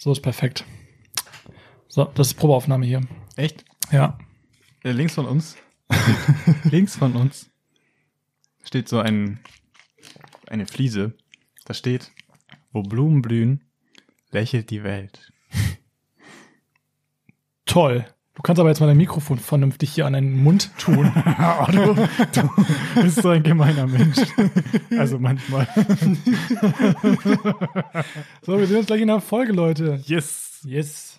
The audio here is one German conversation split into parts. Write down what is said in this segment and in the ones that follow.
So ist perfekt. So, das ist Probeaufnahme hier. Echt? Ja. Links von uns steht so eine Fliese. Da steht, wo Blumen blühen, lächelt die Welt. Toll. Du kannst aber jetzt mal dein Mikrofon vernünftig hier an deinen Mund tun. du bist so ein gemeiner Mensch. Also manchmal. So, wir sehen uns gleich in der Folge, Leute. Yes. Yes.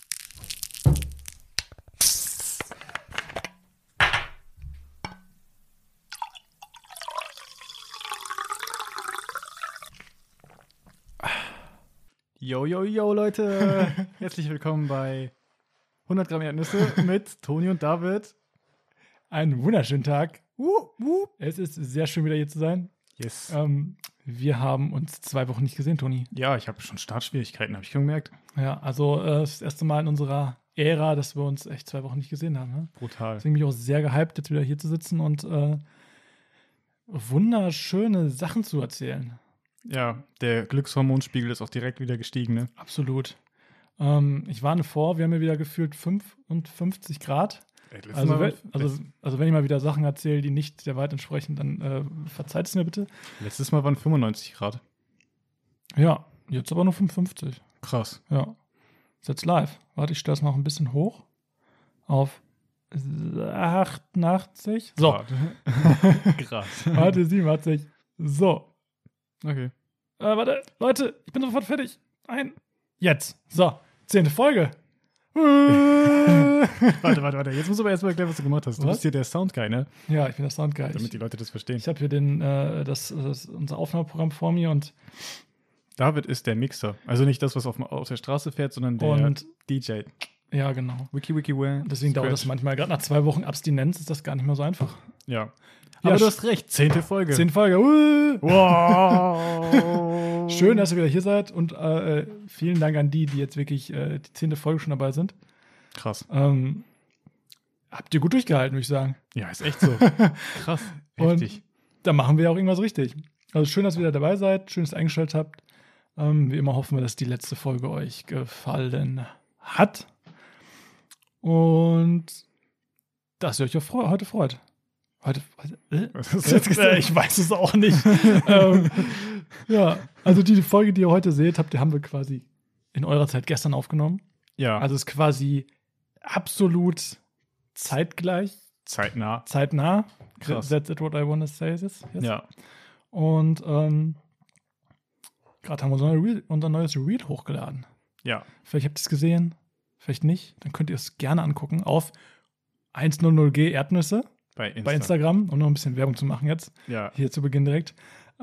Yo, yo, yo, Leute. Herzlich willkommen bei 100 Gramm Erdnüsse mit Toni und David. Einen wunderschönen Tag. Es ist sehr schön, wieder hier zu sein. Yes. Wir haben uns 2 Wochen nicht gesehen, Toni. Ja, ich habe schon Startschwierigkeiten, habe ich gemerkt. Ja, also das erste Mal in unserer Ära, dass wir uns echt 2 Wochen nicht gesehen haben. Ne? Brutal. Deswegen bin ich auch sehr gehypt, jetzt wieder hier zu sitzen und wunderschöne Sachen zu erzählen. Ja, der Glückshormonspiegel ist auch direkt wieder gestiegen, ne? Absolut. Ich warne vor, wir haben ja wieder gefühlt 55 Grad. Also wenn ich mal wieder Sachen erzähle, die nicht der Wahrheit entsprechen, dann verzeiht es mir bitte. Letztes Mal waren 95 Grad. Ja, jetzt aber nur 55. Krass. Ja. Ist jetzt live. Warte, ich stelle es noch ein bisschen hoch. Auf 88. So. Grad. Warte, 87. So. Okay. Warte, Leute, ich bin sofort fertig. Jetzt. So, 10. Folge. Warte. Jetzt musst du aber erstmal erklären, was du gemacht hast. Du bist hier der Soundguy, ne? Ja, ich bin der Soundguy. Damit die Leute das verstehen. Ich habe hier unser Aufnahmeprogramm vor mir und David ist der Mixer. Also nicht das, was auf der Straße fährt, sondern der DJ. Ja, genau. Wiki, deswegen dauert das manchmal. Gerade nach 2 Wochen Abstinenz ist das gar nicht mehr so einfach. Ja. Aber du hast recht. 10. Folge. 10. Folge. Wow. Schön, dass ihr wieder hier seid und vielen Dank an die jetzt wirklich die 10. Folge schon dabei sind. Krass. Habt ihr gut durchgehalten, würde ich sagen. Ja, ist echt so. Krass. Heftig. Und da machen wir ja auch irgendwas richtig. Also schön, dass ihr wieder dabei seid. Schön, dass ihr eingeschaltet habt. Wie immer hoffen wir, dass die letzte Folge euch gefallen hat. Und dass ihr euch auch heute freut. Was hast du jetzt gesagt? Ich weiß es auch nicht. Ja, also die Folge, die ihr heute seht, haben wir quasi in eurer Zeit gestern aufgenommen. Ja. Also es ist quasi absolut zeitgleich. Zeitnah. Krass. That's what I want to say this. Yes. Ja. Und gerade haben wir unser neues Reel hochgeladen. Ja. Vielleicht habt ihr es gesehen, vielleicht nicht. Dann könnt ihr es gerne angucken auf 100G Erdnüsse. Bei Instagram, um noch ein bisschen Werbung zu machen jetzt. Ja. Hier zu Beginn direkt.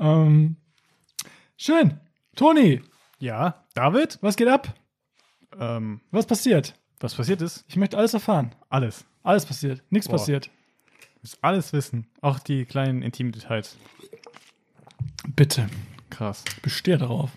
Schön. Toni. Ja. David? Was geht ab? Was passiert? Was passiert ist? Ich möchte alles erfahren. Alles. Alles passiert. Nichts passiert. Du musst alles wissen. Auch die kleinen intimen Details. Bitte. Krass. Bestehe darauf.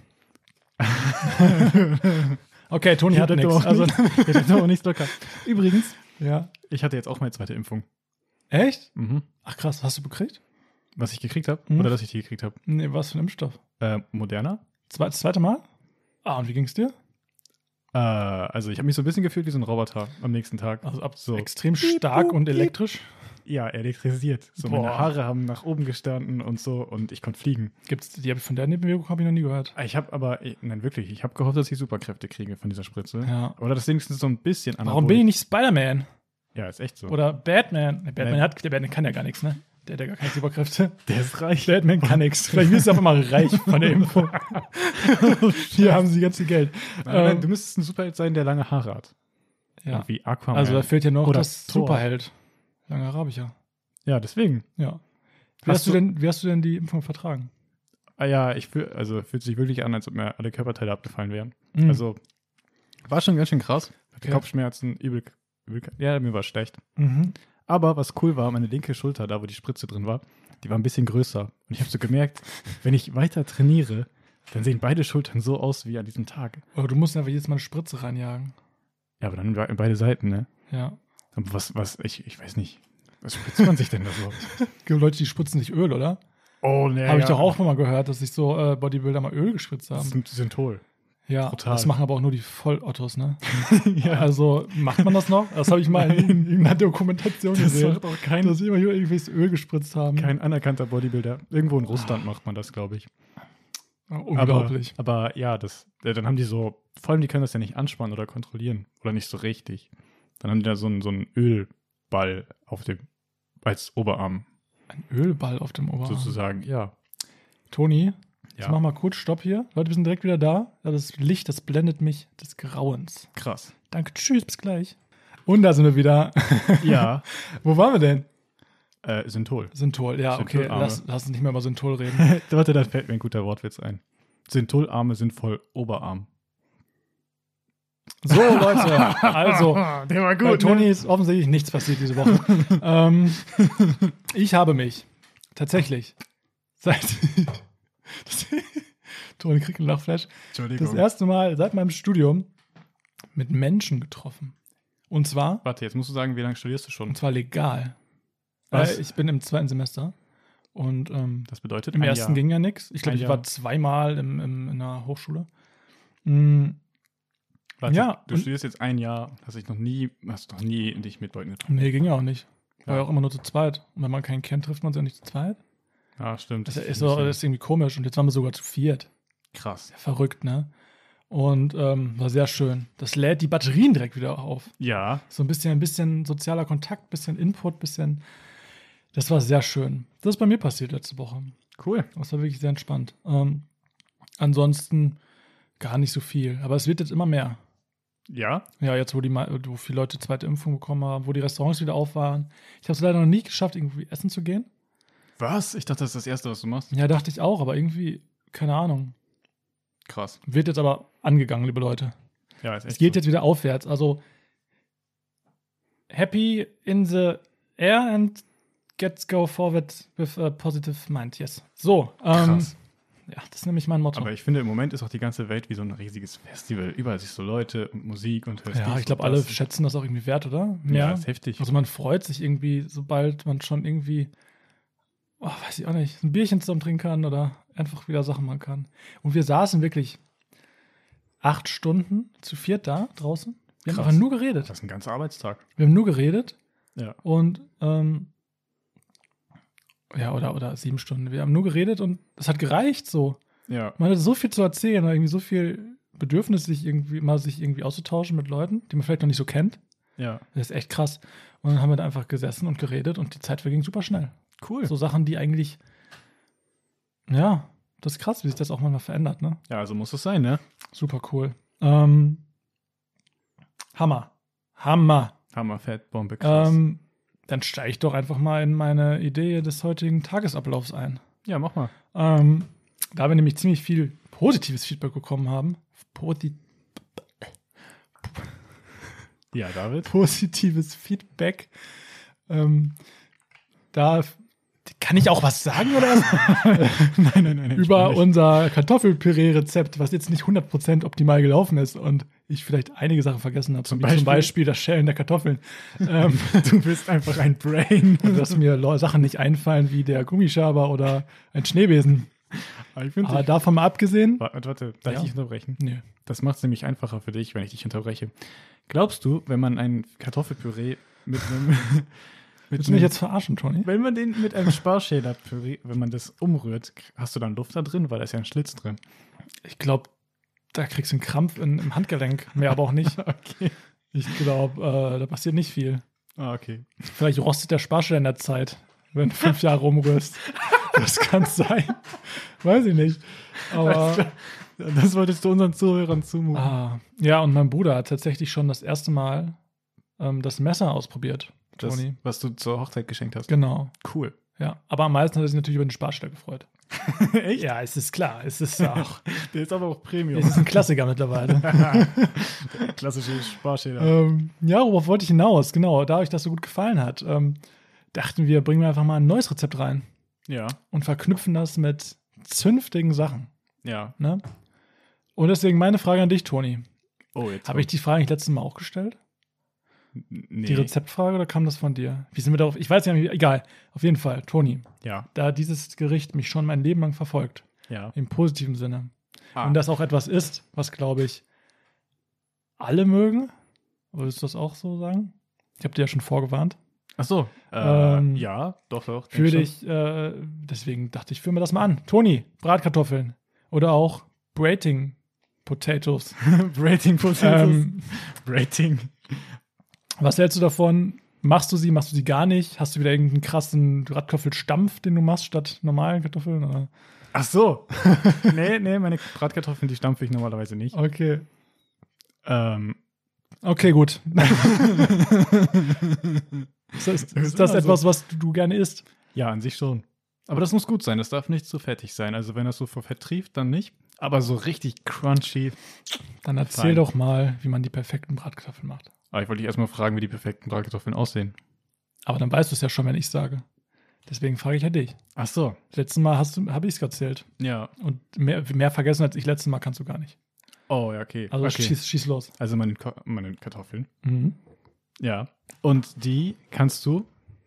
Okay, Toni hat nichts. Also, ich hatte auch nichts locker. Übrigens, ja. Ich hatte jetzt auch meine 2. Impfung. Echt? Mhm. Ach krass, hast du gekriegt? Was ich gekriegt habe? Mhm. Oder dass ich die gekriegt habe? Nee, was für ein Impfstoff? Moderna. Das zweite Mal? Und wie ging's dir? Also ich habe mich so ein bisschen gefühlt wie so ein Roboter am nächsten Tag. Also so extrem stark und elektrisch? Ja, elektrisiert. So meine Haare haben nach oben gestanden und so und ich konnte fliegen. Von der Nebenwirkung habe ich noch nie gehört. Ich habe wirklich, ich habe gehofft, dass ich Superkräfte kriege von dieser Spritze. Ja. Oder das wenigstens so ein bisschen an. Warum bin ich nicht Spider-Man? Ja, ist echt so. Oder Batman. Batman kann ja gar nichts, ne? Der hat ja gar keine Superkräfte. Der ist reich. Batman kann nichts. Vielleicht wirst du einfach mal reich von der Impfung. Hier haben sie ganz viel Geld. Nein, du müsstest ein Superheld sein, der lange Haare hat. Ja. Wie Aquaman. Also da fehlt ja noch das Thor. Superheld. Lange Haare habe ich ja. Ja, deswegen. Ja. Wie hast du denn die Impfung vertragen? Ja, fühlt sich wirklich an, als ob mir alle Körperteile abgefallen wären. Mhm. Also war schon ganz schön krass. Okay. Kopfschmerzen, übel. Ja, mir war schlecht. Mhm. Aber was cool war, meine linke Schulter, da wo die Spritze drin war, die war ein bisschen größer. Und ich habe so gemerkt, wenn ich weiter trainiere, dann sehen beide Schultern so aus wie an diesem Tag. Aber du musst einfach jedes Mal eine Spritze reinjagen. Ja, aber dann beide Seiten, ne? Ja. Ich weiß nicht. Was spritzt man sich denn da so? Es gibt Leute, die spritzen sich Öl, oder? Oh, ne. Habe ich doch auch mal gehört, dass sich so Bodybuilder mal Öl gespritzt haben. Das ist ein Synthol. Ja, Brutal. das machen aber auch nur die Vollottos, ne? Ja. Also, macht man das noch? Das habe ich mal in irgendeiner Dokumentation gesehen. macht auch kein, Dass sie immer hier irgendwelches Öl gespritzt haben. kein anerkannter Bodybuilder. Irgendwo in Russland macht man das, glaube ich. Unglaublich. Aber ja, dann haben die so, vor allem die können das ja nicht anspannen oder kontrollieren. Oder nicht so richtig. Dann haben die da so einen Ölball als Oberarm. Ein Ölball auf dem Oberarm. Sozusagen, ja. Toni, jetzt Ja. mach mal kurz Stopp hier. Leute, wir sind direkt wieder da. Das Licht, das blendet mich des Grauens. Krass. Danke, tschüss, bis gleich. Und da sind wir wieder. Ja. Wo waren wir denn? Synthol. Synthol, ja, okay. Syntholarme. Lass uns nicht mehr über Synthol reden. Warte, da fällt mir ein guter Wortwitz ein. Syntholarme sind voll Oberarm. So, Leute, also, Der war bei Toni ist offensichtlich nichts passiert diese Woche. Ich habe mich tatsächlich Toni kriegt einen Lachflash. Entschuldigung. Das erste Mal seit meinem Studium mit Menschen getroffen. Und zwar Warte, jetzt musst du sagen, wie lange studierst du schon? legal. Was? Ich bin im 2. Semester. Und Das bedeutet im ein ersten Jahr. ging ja nichts. Ich glaube, Ein ich Jahr. war zweimal in einer Hochschule. Warte, Ja, du und- studierst jetzt ein Jahr, hast noch nie dich mit Leuten getroffen. Nee, ging ja auch nicht. War Ja. ja auch immer nur zu zweit. Und wenn man keinen kennt, trifft man sich auch nicht zu zweit. Ja, stimmt. Das ist ist, ein so, bisschen das ist irgendwie komisch. Und jetzt waren wir sogar zu viert. krass. Ja, verrückt, ne? Und war sehr schön. Das lädt die Batterien direkt wieder auf. Ja, So ein bisschen sozialer Kontakt, bisschen Input, Das war sehr schön. Das ist bei mir passiert letzte Woche. cool. Das war wirklich sehr entspannt. Ansonsten gar nicht so viel. Aber es wird jetzt immer mehr. Ja, Ja, jetzt, wo viele Leute zweite Impfung bekommen haben, wo die Restaurants wieder auf waren. Ich habe es leider noch nie geschafft, irgendwie essen zu gehen. was? Ich dachte, das ist das Erste, was du machst. Ja, dachte ich auch, aber irgendwie, keine Ahnung. Krass. Wird jetzt aber angegangen, liebe Leute. Ja, ist echt Es geht so. jetzt wieder aufwärts. Also, happy in the air and let's go forward with a positive mind. Yes. So, Krass. ja, das ist nämlich mein Motto. Aber ich finde, im Moment ist auch die ganze Welt wie so ein riesiges Festival. Überall siehst du Leute und Musik und hörst ja, dies ich glaube, und alle das. schätzen das auch irgendwie wert, oder? Ja, ist heftig. Also man freut sich irgendwie, sobald man schon irgendwie, weiß ich auch nicht, ein Bierchen zusammen trinken kann oder einfach wieder Sachen machen kann. Und wir saßen wirklich 8 Stunden zu viert da draußen. Wir haben Krass. einfach nur geredet. Das ist ein ganzer Arbeitstag. Wir haben nur geredet Ja. und oder 7 Stunden. Wir haben nur geredet und das hat gereicht so. Ja. Man hatte so viel zu erzählen, irgendwie so viel Bedürfnis, sich irgendwie auszutauschen mit Leuten, die man vielleicht noch nicht so kennt. Ja. Das ist echt krass. Und dann haben wir da einfach gesessen und geredet und die Zeit verging super schnell. Cool. So Sachen, die eigentlich, ja, das ist krass, wie sich das auch manchmal verändert, ne? Ja, also muss es sein, ne? Super cool. Hammer. Hammerfett, Bombe, krass. Dann steige ich doch einfach mal in meine Idee des heutigen Tagesablaufs ein. Ja, mach mal. Da wir nämlich ziemlich viel positives Feedback bekommen haben. Ja, David. Positives Feedback. Da kann ich auch was sagen oder was? Nein. Über unser Kartoffelpüree-Rezept, was jetzt nicht 100% optimal gelaufen ist und ich vielleicht einige Sachen vergessen habe. Zum Beispiel das Schälen der Kartoffeln. Du bist einfach ein Brain. Dass mir Sachen nicht einfallen wie der Gummischaber oder ein Schneebesen. Aber davon mal abgesehen. Warte, darf ich dich unterbrechen? Nee. Das macht es nämlich einfacher für dich, wenn ich dich unterbreche. Glaubst du, wenn man ein Kartoffelpüree mit einem... Willst du mich jetzt verarschen, Toni? Wenn man den mit einem Sparschäler-Püree, wenn man das umrührt, hast du dann Luft da drin, weil da ist ja ein Schlitz drin. Ich glaube, da kriegst du einen Krampf im Handgelenk. Mehr aber auch nicht. Okay. Ich glaube, da passiert nicht viel. Ah, okay. Vielleicht rostet der Sparschäler in der Zeit, wenn du 5 Jahre umrührst. Das kann sein. Weiß ich nicht. Aber Das wolltest du unseren Zuhörern zumuten. ja, und mein Bruder hat tatsächlich schon das erste Mal das Messer ausprobiert, Das, Toni. was du zur Hochzeit geschenkt hast. Genau. Cool. Ja, aber am meisten hat er sich natürlich über den Sparschäler gefreut. Echt? Ja, es ist klar. Es ist auch Der ist aber auch Premium. es ist ein Klassiker mittlerweile. Klassische Sparschäler. Ja, worauf wollte ich hinaus? Genau, da euch das so gut gefallen hat, dachten wir, bringen wir einfach mal ein neues Rezept rein Ja. und verknüpfen das mit zünftigen Sachen. Ja. Ne? Und deswegen meine Frage an dich, Toni. Oh, jetzt. Habe ich die Frage nicht letztes Mal auch gestellt? Nee. Die Rezeptfrage oder kam das von dir? Wie sind wir darauf? Ich weiß ja nicht, egal. Auf jeden Fall, Toni, Ja. da dieses Gericht mich schon mein Leben lang verfolgt, Ja. im positiven Sinne, Und das auch etwas ist, was, glaube ich, alle mögen. Würdest du das auch so sagen? Ich habe dir ja schon vorgewarnt. Ach so. Ja, doch. Für dich, deswegen dachte ich, führen wir das mal an. Toni, Bratkartoffeln. Oder auch Brating Potatoes. Brating Potatoes. Brating. Was hältst du davon? Machst du sie gar nicht? Hast du wieder irgendeinen krassen Bratkartoffelstampf, den du machst, statt normalen Kartoffeln? Oder? Ach so. nee, meine Bratkartoffeln, die stampfe ich normalerweise nicht. Okay. Okay, gut. Ist das etwas, was du gerne isst? Ja, an sich schon. Aber das muss gut sein. Das darf nicht zu fettig sein. Also wenn das so vor Fett trieft, dann nicht. Aber so richtig crunchy. Dann erzähl doch mal, wie man die perfekten Bratkartoffeln macht. Aber ich wollte dich erstmal fragen, wie die perfekten Bratkartoffeln aussehen. Aber dann weißt du es ja schon, wenn ich sage. Deswegen frage ich ja dich. Ach so. Letztes Mal habe ich es erzählt. Ja. Und mehr vergessen als ich letztes Mal kannst du gar nicht. Oh, ja, okay. Also okay. Schieß los. Also meine Kartoffeln. Mhm. Ja. Und die kannst du.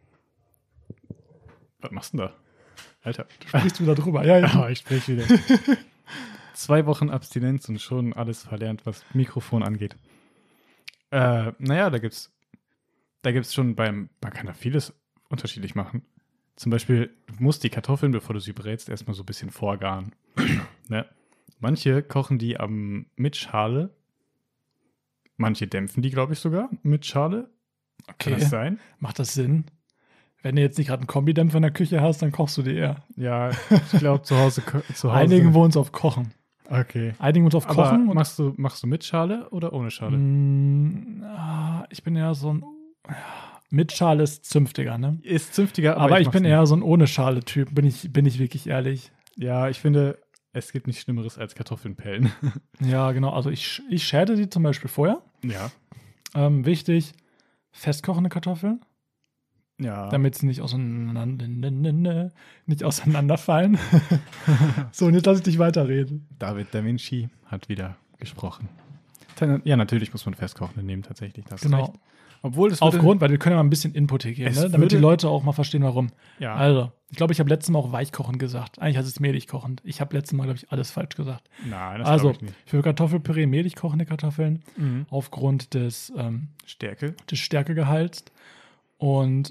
Was machst du denn da? Alter. Du sprichst wieder drüber. Ja. Oh, ich spreche wieder. 2 Wochen Abstinenz und schon alles verlernt, was Mikrofon angeht. Naja, da gibt's schon man kann da vieles unterschiedlich machen. Zum Beispiel, du musst die Kartoffeln, bevor du sie brätst, erstmal so ein bisschen vorgaren. Ne? Manche kochen die mit Schale. Manche dämpfen die, glaube ich, sogar mit Schale. Okay. Kann das sein? Macht das Sinn? Wenn du jetzt nicht gerade einen Kombidämpfer in der Küche hast, dann kochst du die eher. Ja, ich glaube, zu Hause. Einigen wir uns auf Kochen. Okay. Einigen wir uns auf Kochen. Aber machst du mit Schale oder ohne Schale? Ich bin eher so ein. Mit Schale ist zünftiger, ne? Ist zünftiger, aber ich bin eher so ein ohne Schale-Typ, bin ich wirklich ehrlich. Ja, ich finde, es gibt nichts Schlimmeres als Kartoffeln pellen. Ja, genau. Also ich schäle die zum Beispiel vorher. Ja. Wichtig, festkochende Kartoffeln. Ja. Damit sie nicht auseinanderfallen. So, und jetzt lass ich dich weiterreden. David Da Vinci hat wieder gesprochen. Ja, natürlich muss man festkochende nehmen, tatsächlich. Das genau. Ist recht. Obwohl es Aufgrund, weil wir können ja mal ein bisschen Input hier geben, ne? Damit die Leute auch mal verstehen, warum. Ja. Also, ich glaube, ich habe letztes Mal auch weichkochend gesagt. Eigentlich heißt es mehlig kochend. Ich habe letztes Mal, glaube ich, alles falsch gesagt. Nein, das glaube ich nicht. Für Kartoffelpüree mehlig kochende Kartoffeln aufgrund des Stärkegehalts. Und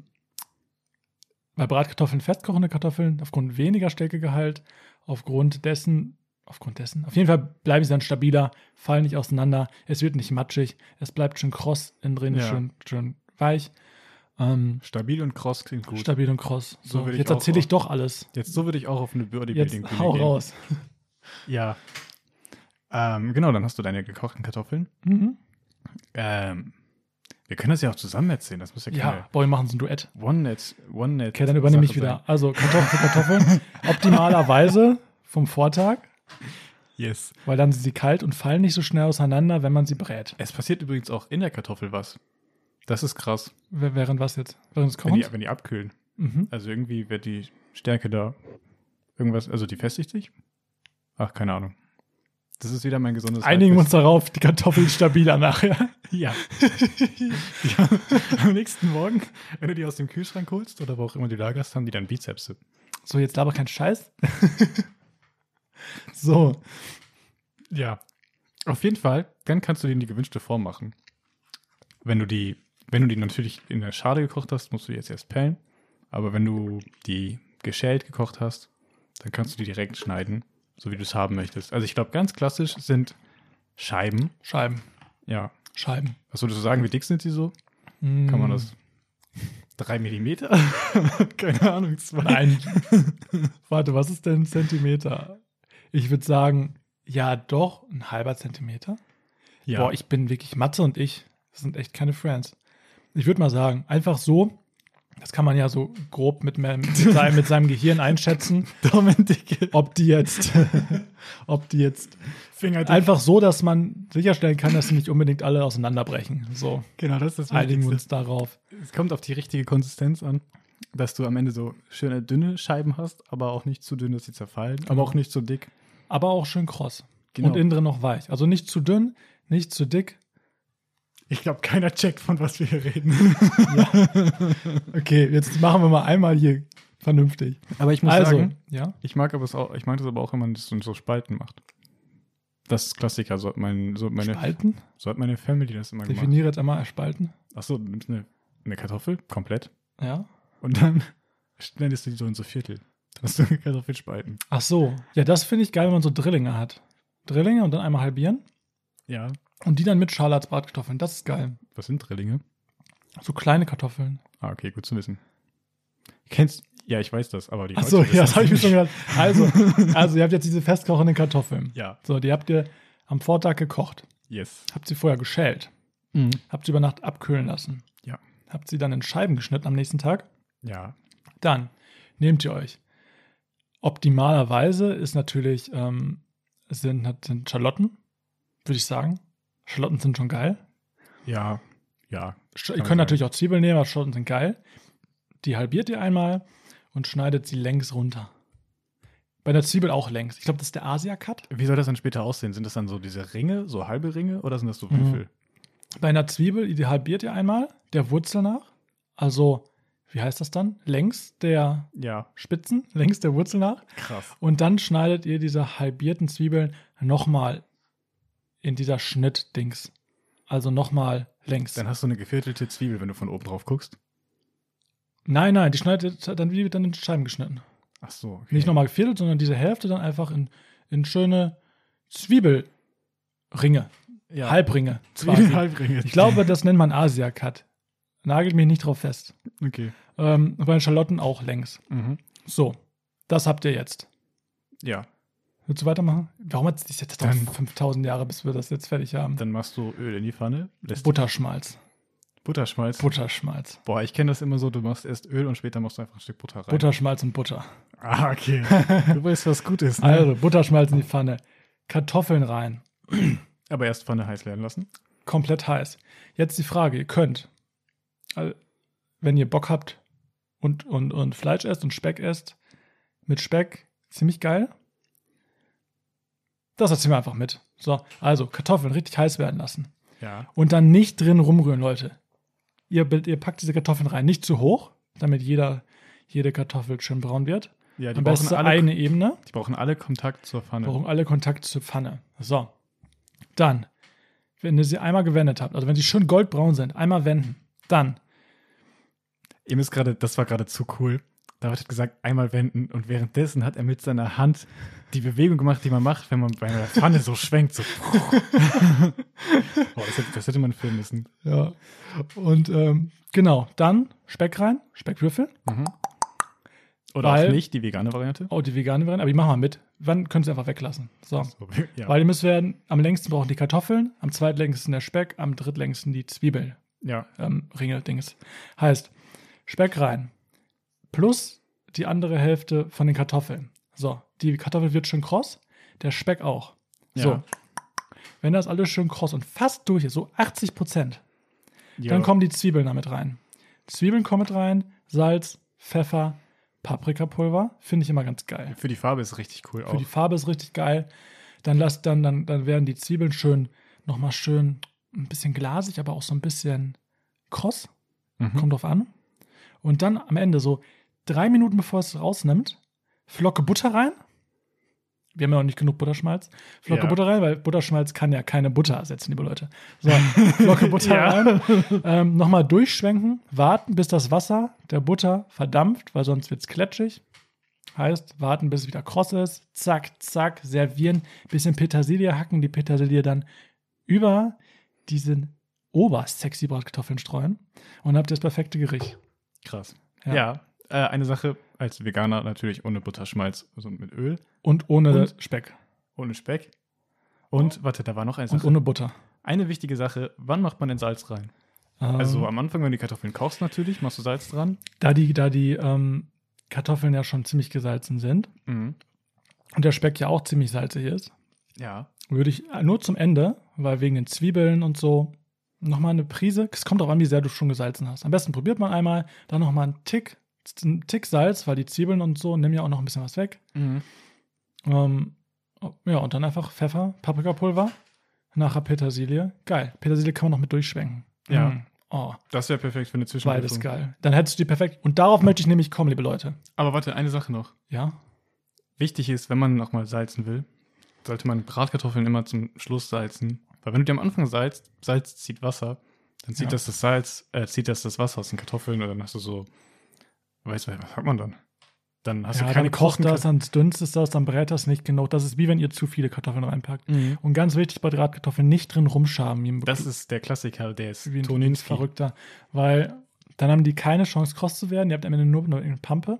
bei Bratkartoffeln festkochende Kartoffeln aufgrund weniger Stärkegehalt, auf jeden Fall bleiben sie dann stabiler, fallen nicht auseinander, es wird nicht matschig, es bleibt schön kross innen drin, schön weich. Stabil und kross klingt gut. Stabil und kross. So, jetzt erzähle ich doch alles. So würde ich auch auf eine Bodybuilding-Bühne gehen. Hau raus. Ja. Genau, dann hast du deine gekochten Kartoffeln. Mhm. Wir können das ja auch zusammen erzählen. Das muss ja keine... Ja, wir machen so ein Duett. One-Net. Okay, dann übernehme ich wieder. Also Kartoffeln optimalerweise vom Vortag. Yes. Weil dann sind sie kalt und fallen nicht so schnell auseinander, wenn man sie brät. Es passiert übrigens auch in der Kartoffel was. Das ist krass. Während was jetzt? Während es kommt? Wenn die abkühlen. Mhm. Also irgendwie wird die Stärke da irgendwas, also die festigt sich? Ach, keine Ahnung. Das ist wieder mein gesundes Einigen wir uns darauf, die Kartoffel ist stabiler nachher. Ja. Ja. Am nächsten Morgen, wenn du die aus dem Kühlschrank holst oder wo auch immer du lagerst, haben die dann Bizepse. So, jetzt laber kein Scheiß. So. Ja. Auf jeden Fall, dann kannst du die in die gewünschte Form machen. Wenn du die natürlich in der Schale gekocht hast, musst du die jetzt erst pellen. Aber wenn du die geschält gekocht hast, dann kannst du die direkt schneiden, so wie du es haben möchtest. Also ich glaube, ganz klassisch sind Scheiben. Ja. Scheiben. Was würdest du sagen, wie dick sind die so? Kann man das 3 Millimeter? Keine Ahnung, 2. Nein. Warte, was ist denn ein Zentimeter? Ich würde sagen, ja doch, ein halber Zentimeter. Ja. Boah, ich bin wirklich, Mathe und ich, das sind echt keine Friends. Ich würde mal sagen, einfach so, das kann man ja so grob mit seinem Gehirn einschätzen, ob die jetzt einfach so, dass man sicherstellen kann, dass sie nicht unbedingt alle auseinanderbrechen. So, genau, das ist das einigen wir Wichtigste. uns darauf. Es kommt auf die richtige Konsistenz an, dass du am Ende so schöne dünne Scheiben hast, aber auch nicht zu dünn, dass sie zerfallen, aber auch nicht zu dick. Aber auch schön kross. Genau. Und innen drin noch weich. Also nicht zu dünn, nicht zu dick. Ich glaube, keiner checkt, von was wir hier reden. Ja. Okay, jetzt machen wir mal einmal hier vernünftig. Aber ich muss sagen, ja? ich mag das aber auch, wenn man das so Spalten macht. Das ist Klassiker. So hat meine Spalten? Family das immer gemacht. Definiere jetzt einmal spalten. Achso, du nimmst eine Kartoffel komplett Ja. und dann schneidest du die so in so Viertel. Dann hast du Kartoffelspalten. Ach so. Ja, das finde ich geil, wenn man so Drillinge hat. Drillinge und dann einmal halbieren. Ja. Und die dann mit Schale als Bratkartoffeln. Das ist geil. Was sind Drillinge? So kleine Kartoffeln. Ah, okay, gut zu wissen. Ja, ich weiß das, aber die Ach so, Leute ja, wissen das habe ich mir nicht. schon gedacht. Also, ihr habt jetzt diese festkochenden Kartoffeln. Ja. So, die habt ihr am Vortag gekocht. Yes. Habt sie vorher geschält. Habt sie über Nacht abkühlen lassen. Ja. Habt sie dann in Scheiben geschnitten am nächsten Tag. Ja. Dann nehmt ihr euch. Optimalerweise ist natürlich, sind Schalotten, würde ich sagen. Schalotten sind schon geil. Ja. Ja. Ihr könnt natürlich auch Zwiebeln nehmen, aber Schalotten sind geil. Die halbiert ihr einmal und schneidet sie längs runter. Bei der Zwiebel auch längs. Ich glaube, das ist der Asia-Cut. Wie soll das dann später aussehen? Sind das dann so diese Ringe, so halbe Ringe oder sind das so Würfel? Bei einer Zwiebel, die halbiert ihr einmal, der Wurzel nach. Also, wie heißt das dann? Längs der Spitzen, längs der Wurzel nach. Krass. Und dann schneidet ihr diese halbierten Zwiebeln nochmal in dieser Schnittdings. Also nochmal längs. Dann hast du eine geviertelte Zwiebel, wenn du von oben drauf guckst. Nein, die schneidet dann wie dann in Scheiben geschnitten. Ach so. Okay. Nicht nochmal geviertelt, sondern diese Hälfte dann einfach in schöne Zwiebelringe. Ja. Halbringe. Zwiebelhalbringe. Ich glaube, das nennt man Asia-Cut. Nagelt mich nicht drauf fest. Okay. Und bei den Schalotten auch längs. Mhm. So, das habt ihr jetzt. Ja. Willst du weitermachen? Warum hat es jetzt Dann- 5000 Jahre, bis wir das jetzt fertig haben? Dann machst du Öl in die Pfanne. Butterschmalz. Butterschmalz. Butterschmalz. Boah, ich kenne das immer so, du machst erst Öl und später machst du einfach ein Stück Butter rein. Butterschmalz und Butter. Ah, okay. Du weißt, was gut ist, ne? Also, Butterschmalz in die Pfanne. Kartoffeln rein. Aber erst Pfanne heiß werden lassen. Komplett heiß. Jetzt die Frage, ihr könnt, wenn ihr Bock habt und Fleisch esst und Speck esst, mit Speck, ziemlich geil. Das erzählen wir einfach mit. So, also Kartoffeln richtig heiß werden lassen. Ja. Und dann nicht drin rumrühren, Leute. Ihr packt diese Kartoffeln rein, nicht zu hoch, damit jede Kartoffel schön braun wird. Ja, Am besten eine Ebene. Die brauchen alle Kontakt zur Pfanne. Brauchen alle Kontakt zur Pfanne. So. Dann, wenn ihr sie einmal gewendet habt, also wenn sie schön goldbraun sind, einmal wenden. Dann, Ihm ist gerade, das war gerade zu cool. David hat gesagt, einmal wenden und währenddessen hat er mit seiner Hand die Bewegung gemacht, die man macht, wenn man bei einer Pfanne so schwenkt. So. Boah, das hätte man filmen müssen. ja. Und genau, dann Speck rein, Speckwürfel. Oder Weil- auch nicht, die vegane Variante. Oh, die vegane Variante, aber die machen wir mit. Wann könnt ihr einfach weglassen? So. So, ja. Weil die müssen werden, am längsten brauchen die Kartoffeln, am zweitlängsten der Speck, am drittlängsten die Zwiebel. Ja. Ringe-Dings. Heißt, Speck rein. Plus die andere Hälfte von den Kartoffeln. So, die Kartoffel wird schön kross, der Speck auch. So. Ja. Wenn das alles schön kross und fast durch ist, so 80%, Ja. dann kommen die Zwiebeln damit rein. Zwiebeln kommen mit rein, Salz, Pfeffer, Paprikapulver, finde ich immer ganz geil. Für die Farbe ist richtig cool Für auch. die Farbe ist richtig geil. Dann werden die Zwiebeln nochmal schön ein bisschen glasig, aber auch so ein bisschen kross. Kommt drauf an. Und dann am Ende, so 3 Minuten bevor es rausnimmt, Flocke Butter rein. Wir haben ja noch nicht genug Butterschmalz. Flocke Ja. Butter rein, weil Butterschmalz kann ja keine Butter ersetzen, liebe Leute. So, Flocke Butter rein. Nochmal durchschwenken, warten, bis das Wasser der Butter verdampft, weil sonst wird es kletschig. Heißt, warten, bis es wieder kross ist. Zack, zack, servieren. Bisschen Petersilie hacken, die Petersilie dann über diesen obersexy Bratkartoffeln streuen. Und habt ihr das perfekte Gericht. Krass. Ja. Ja. Eine Sache als Veganer natürlich ohne Butterschmalz, also mit Öl, Und ohne Und? Speck. ohne Speck. Und, warte, da war noch eine Und Sache. ohne Butter. Eine wichtige Sache, wann macht man denn Salz rein? Also am Anfang, wenn du die Kartoffeln kochst natürlich, machst du Salz dran. Da die Kartoffeln ja schon ziemlich gesalzen sind Mhm. und der Speck ja auch ziemlich salzig ist, Ja. würde ich nur zum Ende, weil wegen den Zwiebeln und so, nochmal eine Prise. Es kommt auch an, wie sehr du schon gesalzen hast. Am besten probiert man einmal, dann nochmal einen Tick Salz, weil die Zwiebeln und so nehmen ja auch noch ein bisschen was weg. Mhm. Ja, und dann einfach Pfeffer, Paprikapulver, nachher Petersilie. Geil. Petersilie kann man noch mit durchschwenken. Ja. Oh, Das wäre perfekt für eine beides Zwischenlösung. geil. Dann hättest du die perfekt. Und darauf möchte ich nämlich kommen, liebe Leute. Aber warte, eine Sache noch. Ja? Wichtig ist, wenn man nochmal salzen will, sollte man Bratkartoffeln immer zum Schluss salzen. Weil wenn du die am Anfang salzt, Salz zieht Wasser, dann zieht das Salz, zieht das Wasser aus den Kartoffeln und dann hast du so, weißt du, was hat man dann? Dann hast du keine dann kocht das, dann dünstet das, dann brät das nicht genug. Das ist wie wenn ihr zu viele Kartoffeln reinpackt. Mhm. Und ganz wichtig bei Bratkartoffeln, nicht drin rumschaben. Das ist der Klassiker, der ist wie ein Toninski. Verrückter. Weil dann haben die keine Chance, kross zu werden. Ihr habt am Ende nur eine Pampe.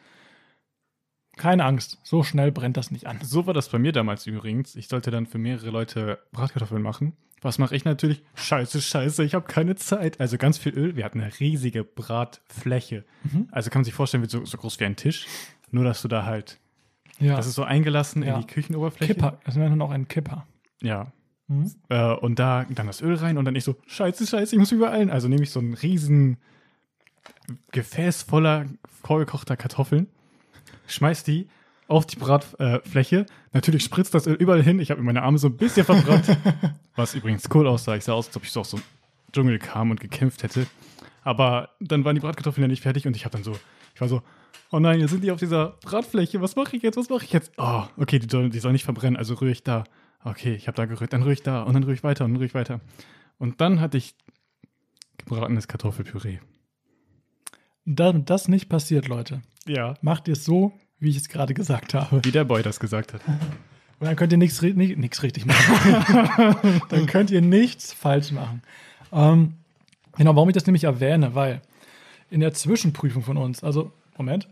Keine Angst, so schnell brennt das nicht an. So war das bei mir damals übrigens. Ich sollte dann für mehrere Leute Bratkartoffeln machen. Was mache ich natürlich? Scheiße, ich habe keine Zeit. Also ganz viel Öl. Wir hatten eine riesige Bratfläche. Also kann man sich vorstellen, wie so groß wie ein Tisch. Nur, dass du da halt, das ist so eingelassen in die Küchenoberfläche. Kipper, das nennt man auch einen Kipper. Ja. Und da dann das Öl rein und dann ich so, Scheiße, ich muss übereilen. Also nehme ich so ein riesen Gefäß voller vorgekochter Kartoffeln, schmeiß die auf die Bratfläche. Natürlich spritzt das Öl überall hin. Ich habe mir meine Arme so ein bisschen verbrannt. Was übrigens cool aussah. Ich sah aus, als ob ich so aus so einem Dschungel kam und gekämpft hätte. Aber dann waren die Bratkartoffeln ja nicht fertig und ich war so, oh nein, jetzt sind die auf dieser Bratfläche. Was mache ich jetzt? Oh, okay, die soll nicht verbrennen. Also rühre ich da. Okay, ich habe da gerührt. Dann rühre ich da und dann rühre ich weiter und dann rühre ich weiter. Und dann hatte ich gebratenes Kartoffelpüree. Damit das nicht passiert, Leute, macht ihr es so, wie ich es gerade gesagt habe. Wie der Boy das gesagt hat. Und dann könnt ihr nichts richtig machen. Dann könnt ihr nichts falsch machen. Genau, warum ich das nämlich erwähne, weil in der Zwischenprüfung von uns, also, Moment.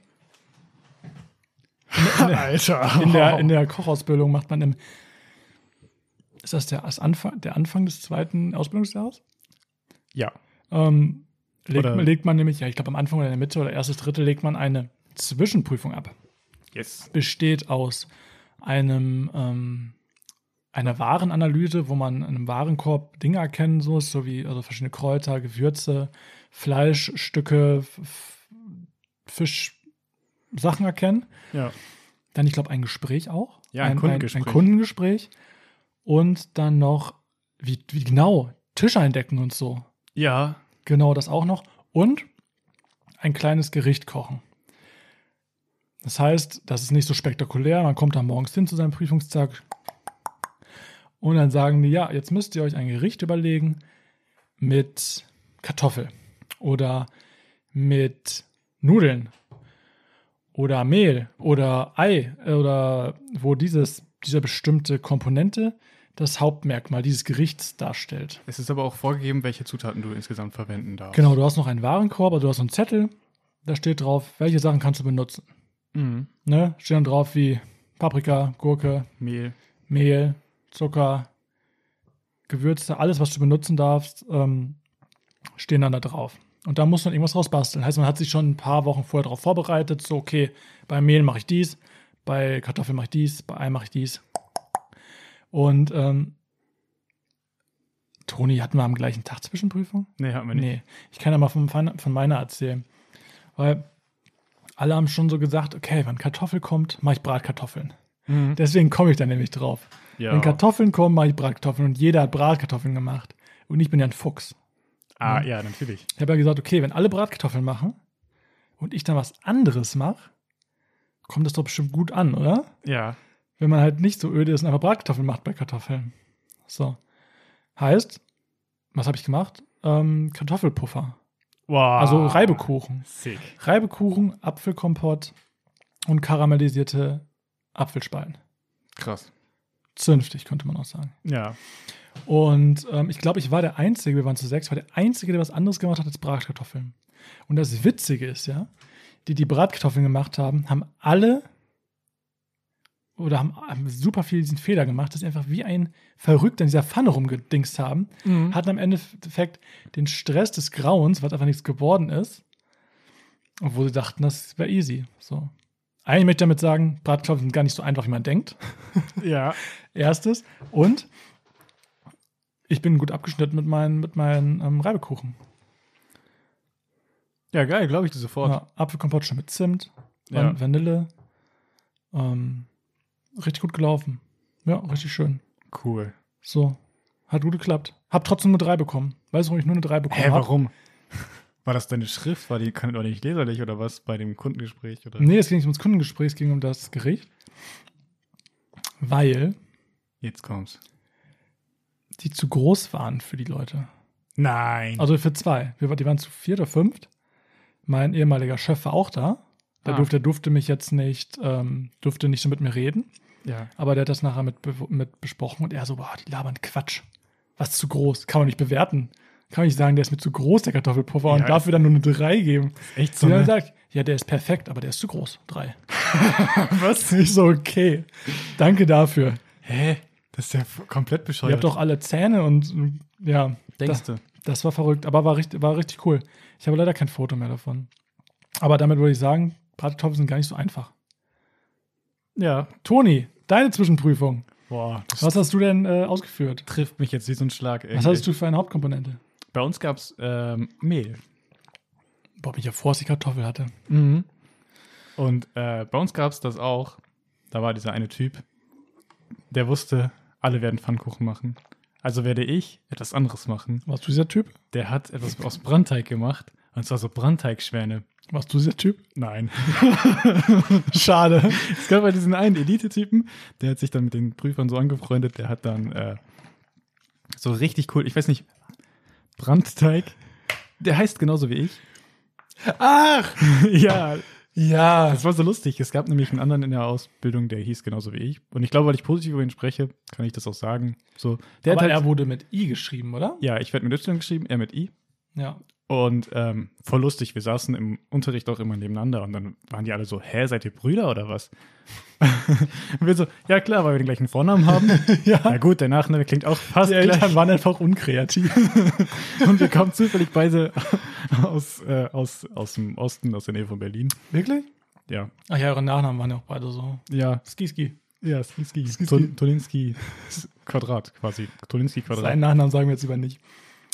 Alter. In der Kochausbildung macht man ist das der Anfang des zweiten Ausbildungsjahres? Ja. Legt man nämlich, ich glaube am Anfang oder in der Mitte oder erstes Drittel legt man eine Zwischenprüfung ab. Yes. Besteht aus einer Warenanalyse, wo man in einem Warenkorb Dinge erkennen muss, so wie also verschiedene Kräuter, Gewürze, Fleischstücke, Fischsachen erkennen. Ja. Dann, ich glaube, ein Gespräch auch. Ja, ein Kundengespräch. Ein Kundengespräch. Und dann noch, wie genau, Tisch eindecken und so. Ja. Genau, das auch noch. Und ein kleines Gericht kochen. Das heißt, das ist nicht so spektakulär. Man kommt da morgens hin zu seinem Prüfungstag und dann sagen die, ja, jetzt müsst ihr euch ein Gericht überlegen mit Kartoffel oder mit Nudeln oder Mehl oder Ei oder wo dieser bestimmte Komponente das Hauptmerkmal dieses Gerichts darstellt. Es ist aber auch vorgegeben, welche Zutaten du insgesamt verwenden darfst. Genau, du hast noch einen Warenkorb, also du hast einen Zettel, da steht drauf, welche Sachen kannst du benutzen. Mhm. Ne? Steht dann drauf wie Paprika, Gurke, Mehl, Zucker, Gewürze, alles, was du benutzen darfst, stehen dann da drauf. Und da muss man irgendwas rausbasteln. Heißt, man hat sich schon ein paar Wochen vorher darauf vorbereitet, so okay, bei Mehl mache ich dies, bei Kartoffeln mache ich dies, bei Ei mache ich dies. Und Toni, hatten wir am gleichen Tag Zwischenprüfung? Nee, hatten wir nicht. Nee, ich kann ja mal von meiner erzählen. Weil alle haben schon so gesagt, okay, wenn Kartoffel kommt, mache ich Bratkartoffeln. Mhm. Deswegen komme ich da nämlich drauf. Ja. Wenn Kartoffeln kommen, mache ich Bratkartoffeln. Und jeder hat Bratkartoffeln gemacht. Und ich bin ja ein Fuchs. Ja, natürlich. Ich habe ja gesagt, okay, wenn alle Bratkartoffeln machen und ich dann was anderes mache, kommt das doch bestimmt gut an, oder? Ja. Wenn man halt nicht so öde ist und einfach Bratkartoffeln macht bei Kartoffeln. So. Heißt, was habe ich gemacht? Kartoffelpuffer. Wow. Also Reibekuchen. Sick. Reibekuchen, Apfelkompott und karamellisierte Apfelspalten. Krass. Zünftig, könnte man auch sagen. Ja. Und ich glaube, ich war der Einzige, wir waren zu 6, war der Einzige, der was anderes gemacht hat als Bratkartoffeln. Und das Witzige ist ja, die Bratkartoffeln gemacht haben, haben alle oder haben super viel diesen Fehler gemacht, dass sie einfach wie ein Verrückter in dieser Pfanne rumgedingst haben, hatten am Endeffekt den Stress des Grauens, was einfach nichts geworden ist, obwohl sie dachten, das wäre easy. So. Eigentlich möchte ich damit sagen, Bratkartoffeln sind gar nicht so einfach, wie man denkt. Ja. Erstes. Und ich bin gut abgeschnitten mit meinen Reibekuchen. Ja, geil, glaube ich dir sofort. Ja, Apfelkompott schon mit Zimt, Ja. Vanille. Richtig gut gelaufen. Ja, richtig schön. Cool. So, hat gut geklappt. Hab trotzdem nur 3 bekommen. Weißt du, warum ich nur eine 3 bekommen habe? Warum? War das deine Schrift? War die nicht leserlich oder was bei dem Kundengespräch? Oder? Nee, es ging nicht ums Kundengespräch, es ging um das Gericht. Weil Jetzt kommt's. die zu groß waren für die Leute. Nein. Also für 2. Die waren zu 4 oder 5. Mein ehemaliger Chef war auch da. Der durfte mich jetzt nicht, durfte nicht so mit mir reden. Ja. Aber der hat das nachher mit besprochen und er so, boah, die labern Quatsch. Was zu groß. Kann man nicht bewerten. Kann man nicht sagen, der ist mir zu groß, der Kartoffelpuffer, und dafür dann nur eine 3 geben. Echt so, Und dann ne? sagt, ja, der ist perfekt, aber der ist zu groß. 3. Was? Ich so, okay. Danke dafür. Hä? Das ist ja komplett Ihr bescheuert. habt doch alle Zähne und ja. Denkst du? Das war verrückt, aber war richtig cool. Ich habe leider kein Foto mehr davon. Aber damit würde ich sagen, Bratkartoffeln sind gar nicht so einfach. Ja. Toni, deine Zwischenprüfung. Boah, das Was hast du denn ausgeführt? trifft mich jetzt wie so ein Schlag. Was hattest du für eine Hauptkomponente? Bei uns gab's Mehl. Boah, mich ja vor, dass ich Kartoffel hatte. Mhm. Und bei uns gab's das auch. Da war dieser eine Typ, der wusste, alle werden Pfannkuchen machen. Also werde ich etwas anderes machen. Warst du dieser Typ? Der hat etwas aus Brandteig gemacht. Und zwar so Brandteigschwäne. Warst du dieser Typ? Nein. Schade. Es gab halt diesen einen Elite-Typen, der hat sich dann mit den Prüfern so angefreundet. Der hat dann so richtig cool, ich weiß nicht, Brandteig. Der heißt genauso wie ich. Ach! Ja, Ja. das war so lustig. Es gab nämlich einen anderen in der Ausbildung, der hieß genauso wie ich. Und ich glaube, weil ich positiv über ihn spreche, kann ich das auch sagen. So, der Aber hat halt, er wurde mit I geschrieben, oder? ja, ich werde mit Y geschrieben, er mit I. Ja. Und voll lustig, wir saßen im Unterricht auch immer nebeneinander und dann waren die alle so, hä, seid ihr Brüder oder was? Und wir so, ja klar, weil wir den gleichen Vornamen haben. Ja. Na gut, der Nachname klingt auch fast Die Eltern gleich. waren einfach unkreativ. Und wir kamen zufällig beide aus dem Osten, aus der Nähe von Berlin. Wirklich? Ja. Ach ja, eure Nachnamen waren ja auch beide so. Ja, Ski. ja, Ski. Ski. Tolinski Quadrat quasi. Tolinski Quadrat. Seinen Nachnamen sagen wir jetzt lieber nicht.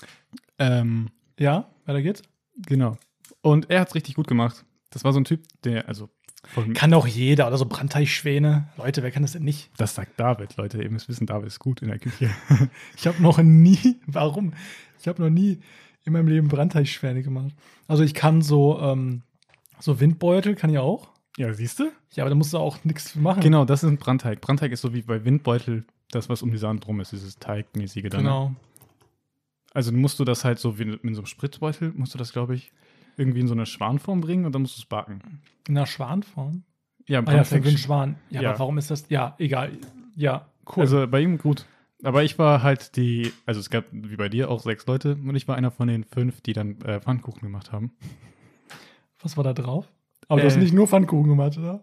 Ja, weiter geht's. Genau. Und er hat's richtig gut gemacht. Das war so ein Typ, der, also von, Kann doch jeder, oder so Brandteigschwäne. Leute, wer kann das denn nicht? das sagt David, Leute. Ihr müsst wissen, David ist gut in der Küche. Ich habe noch nie, warum? Ich habe noch nie in meinem Leben Brandteigschwäne gemacht. Also ich kann so Windbeutel, kann ich auch. Ja, siehst du? Ja, aber da musst du auch nichts für machen. Genau, das ist ein Brandteig. Brandteig ist so wie bei Windbeutel, das, was um die Sahne drum ist, dieses Teigmäßige dann. Genau. Also musst du das halt so wie in so einem Spritzbeutel, musst du das, glaube ich, irgendwie in so eine Schwanform bringen und dann musst du es backen. In einer Schwanform? Ja, Ah ja, für einen Schwan. Ja, Ja. aber warum ist das? Ja, egal. Ja, cool. Also bei ihm gut. Aber ich war halt also es gab wie bei dir auch 6 Leute und ich war einer von den 5, die dann Pfannkuchen gemacht haben. was war da drauf? Aber du hast nicht nur Pfannkuchen gemacht, oder?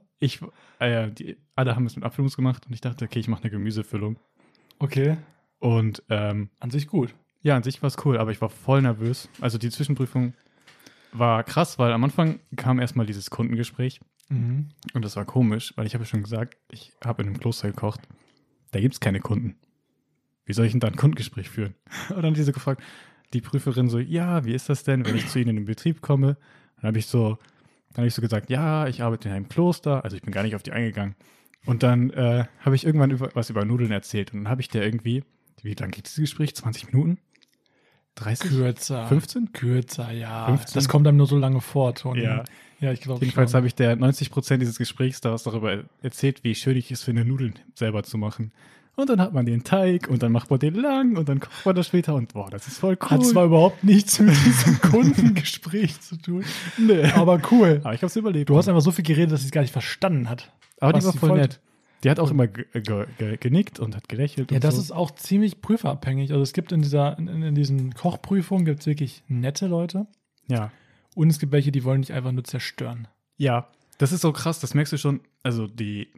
Alle haben es mit Apfelmus gemacht und ich dachte, okay, ich mache eine Gemüsefüllung. Okay. Und An sich gut. ja, an sich war es cool, aber ich war voll nervös. Also die Zwischenprüfung war krass, weil am Anfang kam erstmal dieses Kundengespräch Mhm. und das war komisch, weil ich habe ja schon gesagt, ich habe in einem Kloster gekocht, da gibt es keine Kunden. Wie soll ich denn da ein Kundengespräch führen? Und dann hat diese gefragt, die Prüferin so, ja, wie ist das denn, wenn ich zu Ihnen in den Betrieb komme? Dann habe ich so gesagt, ja, ich arbeite in einem Kloster, also ich bin gar nicht auf die eingegangen. Und dann habe ich irgendwann was über Nudeln erzählt und dann habe ich der irgendwie, wie lang geht dieses Gespräch? 20 Minuten? 30? Kürzer. 15? Kürzer, ja. 15? Das kommt einem nur so lange vor, Toni. Ja. Ja, ich glaube Jedenfalls schon. habe ich der 90% dieses Gesprächs da was darüber erzählt, wie schön ich es finde, Nudeln selber zu machen. Und dann hat man den Teig und dann macht man den lang und dann kocht man das später und boah, das ist voll cool. Hat zwar überhaupt nichts mit diesem Kundengespräch zu tun, Nee. aber cool. Aber ich habe es überlebt. Du hast einfach so viel geredet, dass sie es gar nicht verstanden hat. Aber die was war sie voll wollte. nett. Die hat auch immer genickt und hat gelächelt. Ja, und das so. ist auch ziemlich prüferabhängig. Also es gibt in diesen Kochprüfungen gibt es wirklich nette Leute Ja. und es gibt welche, die wollen dich einfach nur zerstören. Ja, das ist so krass, das merkst du schon. Also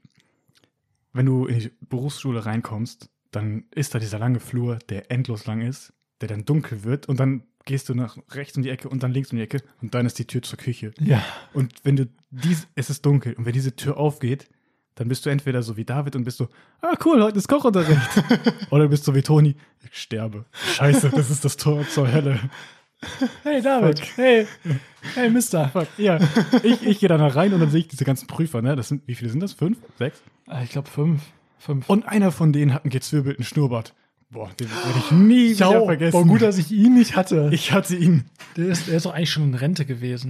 wenn du in die Berufsschule reinkommst, dann ist da dieser lange Flur, der endlos lang ist, der dann dunkel wird und dann gehst du nach rechts um die Ecke und dann links um die Ecke und dann ist die Tür zur Küche. Ja. Und wenn du es ist dunkel und wenn diese Tür aufgeht, dann bist du entweder so wie David und bist so, ah cool, heute ist Kochunterricht. Oder bist du wie Toni, ich sterbe. Scheiße, das ist das Tor zur Hölle. Hey David, hey Mister. Fuck, ja. Ich gehe da rein und dann sehe ich diese ganzen Prüfer, ne? Wie viele sind das? 5? 6? Ich glaube 5. Und einer von denen hat einen gezwirbelten Schnurrbart. Boah, den werde ich nie wieder vergessen. Boah, gut, dass ich ihn nicht hatte. Ich hatte ihn. Der ist doch eigentlich schon in Rente gewesen, ne?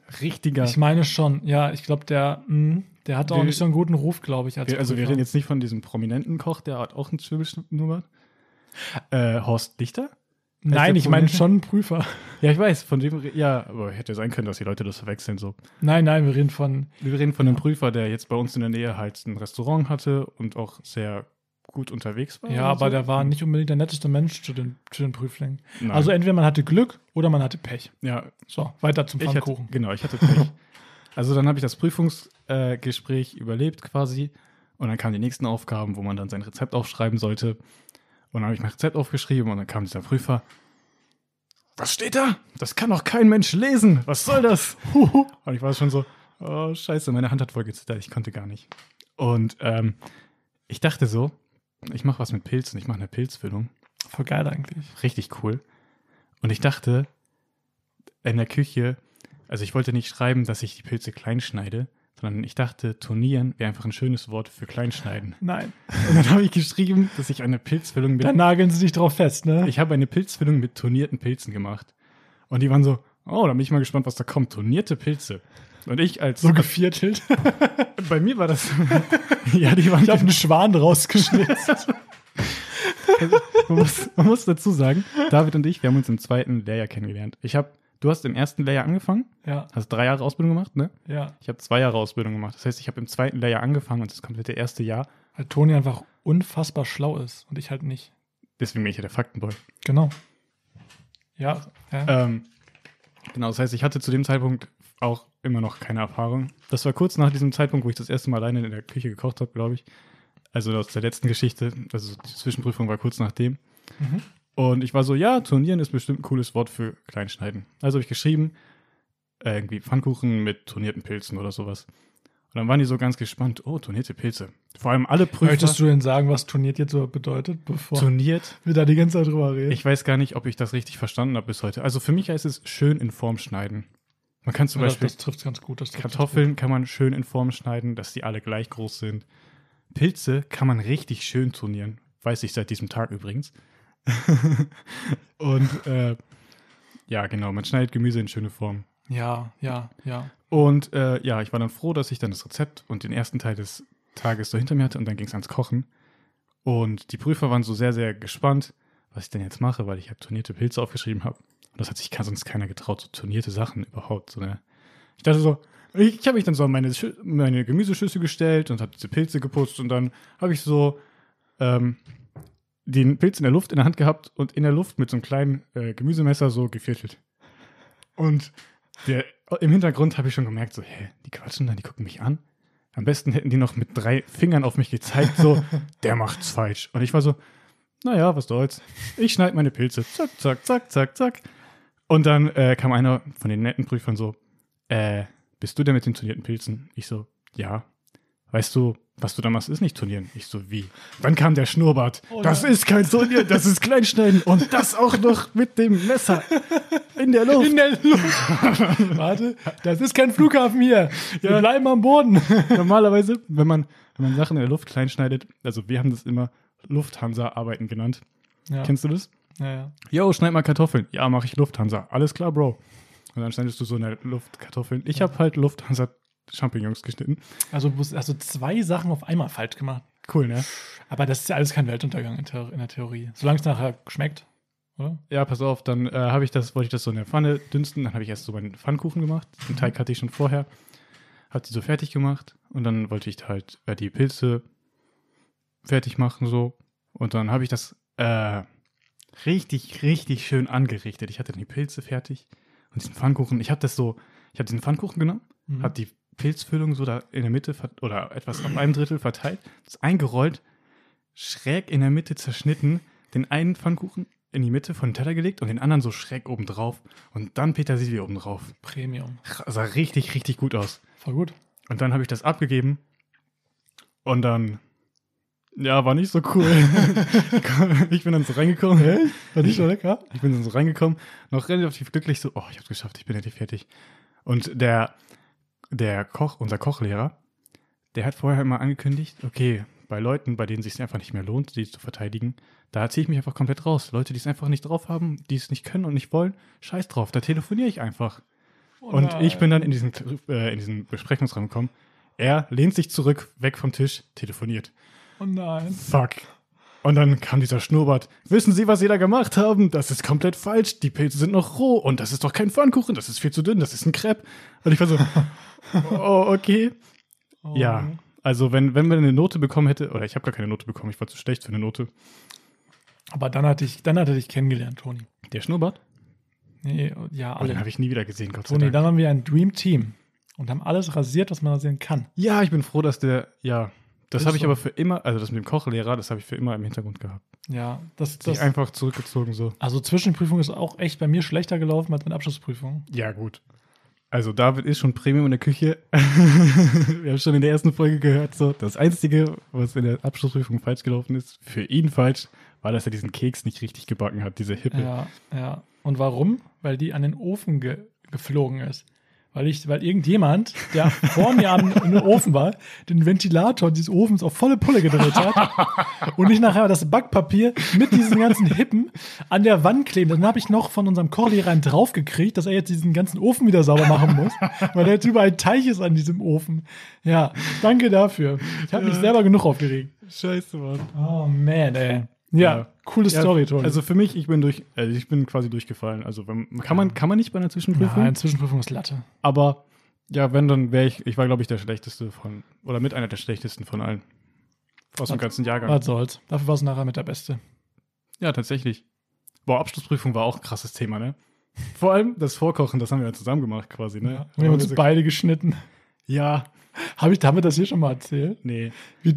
richtiger. Ich meine schon, ja, ich glaube, der hat auch nicht so einen guten Ruf, glaube ich. Wir reden jetzt nicht von diesem prominenten Koch, der hat auch einen Zwiebelschnurrbart. Horst Lichter? Nein, ich meine schon einen Prüfer. Ja, ich weiß, von dem, ja, aber hätte sein können, dass die Leute das verwechseln so. Nein, wir reden von einem Prüfer, der jetzt bei uns in der Nähe halt ein Restaurant hatte und auch sehr gut unterwegs war. Ja, aber so. Der war nicht unbedingt der netteste Mensch zu den Prüflingen. Nein. Also entweder man hatte Glück oder man hatte Pech. Ja. So, weiter zum Pfannkuchen. Ich hatte Pech. Also dann habe ich das Prüfungsgespräch überlebt quasi und dann kamen die nächsten Aufgaben, wo man dann sein Rezept aufschreiben sollte. Und dann habe ich mein Rezept aufgeschrieben und dann kam dieser Prüfer. Was steht da? Das kann doch kein Mensch lesen. Was soll das? Und ich war schon so, oh scheiße, meine Hand hat voll gezittert, ich konnte gar nicht. Und ich dachte so, ich mache was mit Pilzen, ich mache eine Pilzfüllung. Voll geil eigentlich. Richtig cool. Und ich dachte, in der Küche, also ich wollte nicht schreiben, dass ich die Pilze klein schneide, sondern ich dachte, turnieren wäre einfach ein schönes Wort für kleinschneiden. Nein. Und dann habe ich geschrieben, dass ich eine Pilzfüllung mit... Da nageln sie dich drauf fest, ne? Ich habe eine Pilzfüllung mit turnierten Pilzen gemacht. Und die waren so, oh, da bin ich mal gespannt, was da kommt. Turnierte Pilze. Und ich als... So geviertelt. Bei mir war das... Ja, die waren... Ich habe einen Schwan rausgeschnitzt. Man muss dazu sagen, David und ich, wir haben uns im 2. Lehrjahr kennengelernt. Du hast im 1. Lehrjahr angefangen, ja. Hast 3 Jahre Ausbildung gemacht, ne? Ja. Ich habe 2 Jahre Ausbildung gemacht. Das heißt, ich habe im 2. Lehrjahr angefangen und das komplette 1. Jahr. Weil Toni einfach unfassbar schlau ist und ich halt nicht. Deswegen bin ich ja der Faktenboy. Genau. Ja. Genau, das heißt, ich hatte zu dem Zeitpunkt auch immer noch keine Erfahrung. Das war kurz nach diesem Zeitpunkt, wo ich das erste Mal alleine in der Küche gekocht habe, glaube ich. Also aus der letzten Geschichte, also die Zwischenprüfung war kurz nach dem. Mhm. Und ich war so, ja, turnieren ist bestimmt ein cooles Wort für Kleinschneiden. Also habe ich geschrieben, irgendwie Pfannkuchen mit turnierten Pilzen oder sowas. Und dann waren die so ganz gespannt, oh, turnierte Pilze. Vor allem alle Prüfer. Möchtest du denn sagen, was turniert jetzt so bedeutet, bevor turniert, wir da die ganze Zeit drüber reden? Ich weiß gar nicht, ob ich das richtig verstanden habe bis heute. Also für mich heißt es schön in Form schneiden. Man kann zum Beispiel das trifft ganz gut. Kartoffeln kann man schön in Form schneiden, dass die alle gleich groß sind. Pilze kann man richtig schön turnieren. Weiß ich seit diesem Tag übrigens. Und ja, genau, man schneidet Gemüse in schöne Form. Ja. Und ja, ich war dann froh, dass ich dann das Rezept und den ersten Teil des Tages so hinter mir hatte und dann ging es ans Kochen. Und die Prüfer waren so sehr, sehr gespannt, was ich denn jetzt mache, weil ich halt turnierte Pilze aufgeschrieben habe. Und das hat sich sonst keiner getraut, so turnierte Sachen überhaupt. So, ne? Ich dachte so, ich habe mich dann so an meine Gemüseschüssel gestellt und habe diese Pilze geputzt und dann habe ich so den Pilz in der Luft in der Hand gehabt und in der Luft mit so einem kleinen Gemüsemesser so geviertelt. Und im Hintergrund habe ich schon gemerkt, so, die quatschen da, die gucken mich an. Am besten hätten die noch mit 3 Fingern auf mich gezeigt, so, der macht's falsch. Und ich war so, naja, was soll's. Ich schneide meine Pilze. Zack, zack, zack, zack, zack. Und dann kam einer von den netten Prüfern so, bist du der mit den turnierten Pilzen? Ich so, ja. Weißt du, was du da machst, ist nicht turnieren. Ich so, wie? Dann kam der Schnurrbart. Oh, das ist kein Turnieren, das ist Kleinschneiden. Und das auch noch mit dem Messer. In der Luft. Warte, das ist kein Flughafen hier. Wir bleiben am Boden. Normalerweise, wenn man Sachen in der Luft klein schneidet, also wir haben das immer Lufthansa-Arbeiten genannt. Ja. Kennst du das? Ja. Jo, schneid mal Kartoffeln. Ja, mache ich Lufthansa. Alles klar, Bro. Und dann schneidest du so in der Luft Kartoffeln. Ich habe halt Lufthansa-Champignons geschnitten. Also 2 Sachen auf einmal falsch gemacht. Cool, ne? Aber das ist ja alles kein Weltuntergang in der Theorie. Solange es nachher schmeckt, oder? Ja, pass auf, dann wollte ich das so in der Pfanne dünsten. Dann habe ich erst so meinen Pfannkuchen gemacht. Den Teig hatte ich schon vorher. Habe die so fertig gemacht. Und dann wollte ich halt die Pilze fertig machen, so. Und dann habe ich das richtig, richtig schön angerichtet. Ich hatte dann die Pilze fertig und diesen Pfannkuchen. Ich habe diesen Pfannkuchen genommen, habe die Pilzfüllung so da in der Mitte oder etwas auf einem Drittel verteilt, das eingerollt, schräg in der Mitte zerschnitten, den einen Pfannkuchen in die Mitte von den Teller gelegt und den anderen so schräg oben drauf und dann Petersilie oben drauf. Premium. Sah richtig, richtig gut aus. Voll gut. Und dann habe ich das abgegeben und dann, ja, war nicht so cool. Ich bin dann so reingekommen. Hey, war nicht so lecker? Ich bin dann so reingekommen, noch relativ glücklich so, ich hab's geschafft, ich bin endlich fertig. Und der Koch, unser Kochlehrer, der hat vorher immer angekündigt, okay, bei Leuten, bei denen es sich einfach nicht mehr lohnt, die zu verteidigen, da ziehe ich mich einfach komplett raus. Leute, die es einfach nicht drauf haben, die es nicht können und nicht wollen, scheiß drauf, da telefoniere ich einfach. Und ich bin dann in diesen Besprechungsraum gekommen. Er lehnt sich zurück, weg vom Tisch, telefoniert. Oh nein. Fuck. Und dann kam dieser Schnurrbart. Wissen Sie, was Sie da gemacht haben? Das ist komplett falsch. Die Pilze sind noch roh. Und das ist doch kein Pfannkuchen. Das ist viel zu dünn. Das ist ein Crepe. Und ich war so, oh, okay. Oh. Ja, also wenn man eine Note bekommen hätte, oder ich habe gar keine Note bekommen, ich war zu schlecht für eine Note. Aber dann hat er dich kennengelernt, Toni. Der Schnurrbart? Nee, ja, Oh, alle. den habe ich nie wieder gesehen, Gott sei Toni, Dank. dann waren wir ein Dream Team und haben alles rasiert, was man rasieren kann. Ja, ich bin froh, dass das Ist habe ich so. aber für immer, also das mit dem Kochlehrer, das habe ich für immer im Hintergrund gehabt. Ja, Sich einfach zurückgezogen so. also Zwischenprüfung ist auch echt bei mir schlechter gelaufen als mit Abschlussprüfung. Ja, gut. Also David ist schon Premium in der Küche. Wir haben schon in der ersten Folge gehört, so das Einzige, was in der Abschlussprüfung falsch gelaufen ist, für ihn falsch, war, dass er diesen Keks nicht richtig gebacken hat, diese Hippe. Ja, ja. Und warum? Weil die an den Ofen geflogen ist. Weil irgendjemand, der vor mir am Ofen war, den Ventilator dieses Ofens auf volle Pulle gedreht hat und ich nachher das Backpapier mit diesen ganzen Hippen an der Wand kleben. Dann habe ich noch von unserem Kochlehrer einen draufgekriegt, dass er jetzt diesen ganzen Ofen wieder sauber machen muss, weil da jetzt überall Teich ist an diesem Ofen. Ja, danke dafür. Ich habe mich selber genug aufgeregt. Scheiße, Mann. Oh man, ey. Ja, coole Story, Toni. Also für mich, ich bin quasi durchgefallen. Also kann man nicht bei einer Zwischenprüfung? Nein, Zwischenprüfung ist Latte. Aber ja, wenn, dann wäre ich war, glaube ich, der schlechteste oder mit einer der schlechtesten von allen. Aus dem ganzen Jahrgang. Was soll's. Dafür war es nachher mit der Beste. Ja, tatsächlich. Boah, Abschlussprüfung war auch ein krasses Thema, ne? Vor allem das Vorkochen, das haben wir ja zusammen gemacht quasi, ne? Wir haben uns beide geschnitten. Ja, Haben wir das hier schon mal erzählt? nee. Wie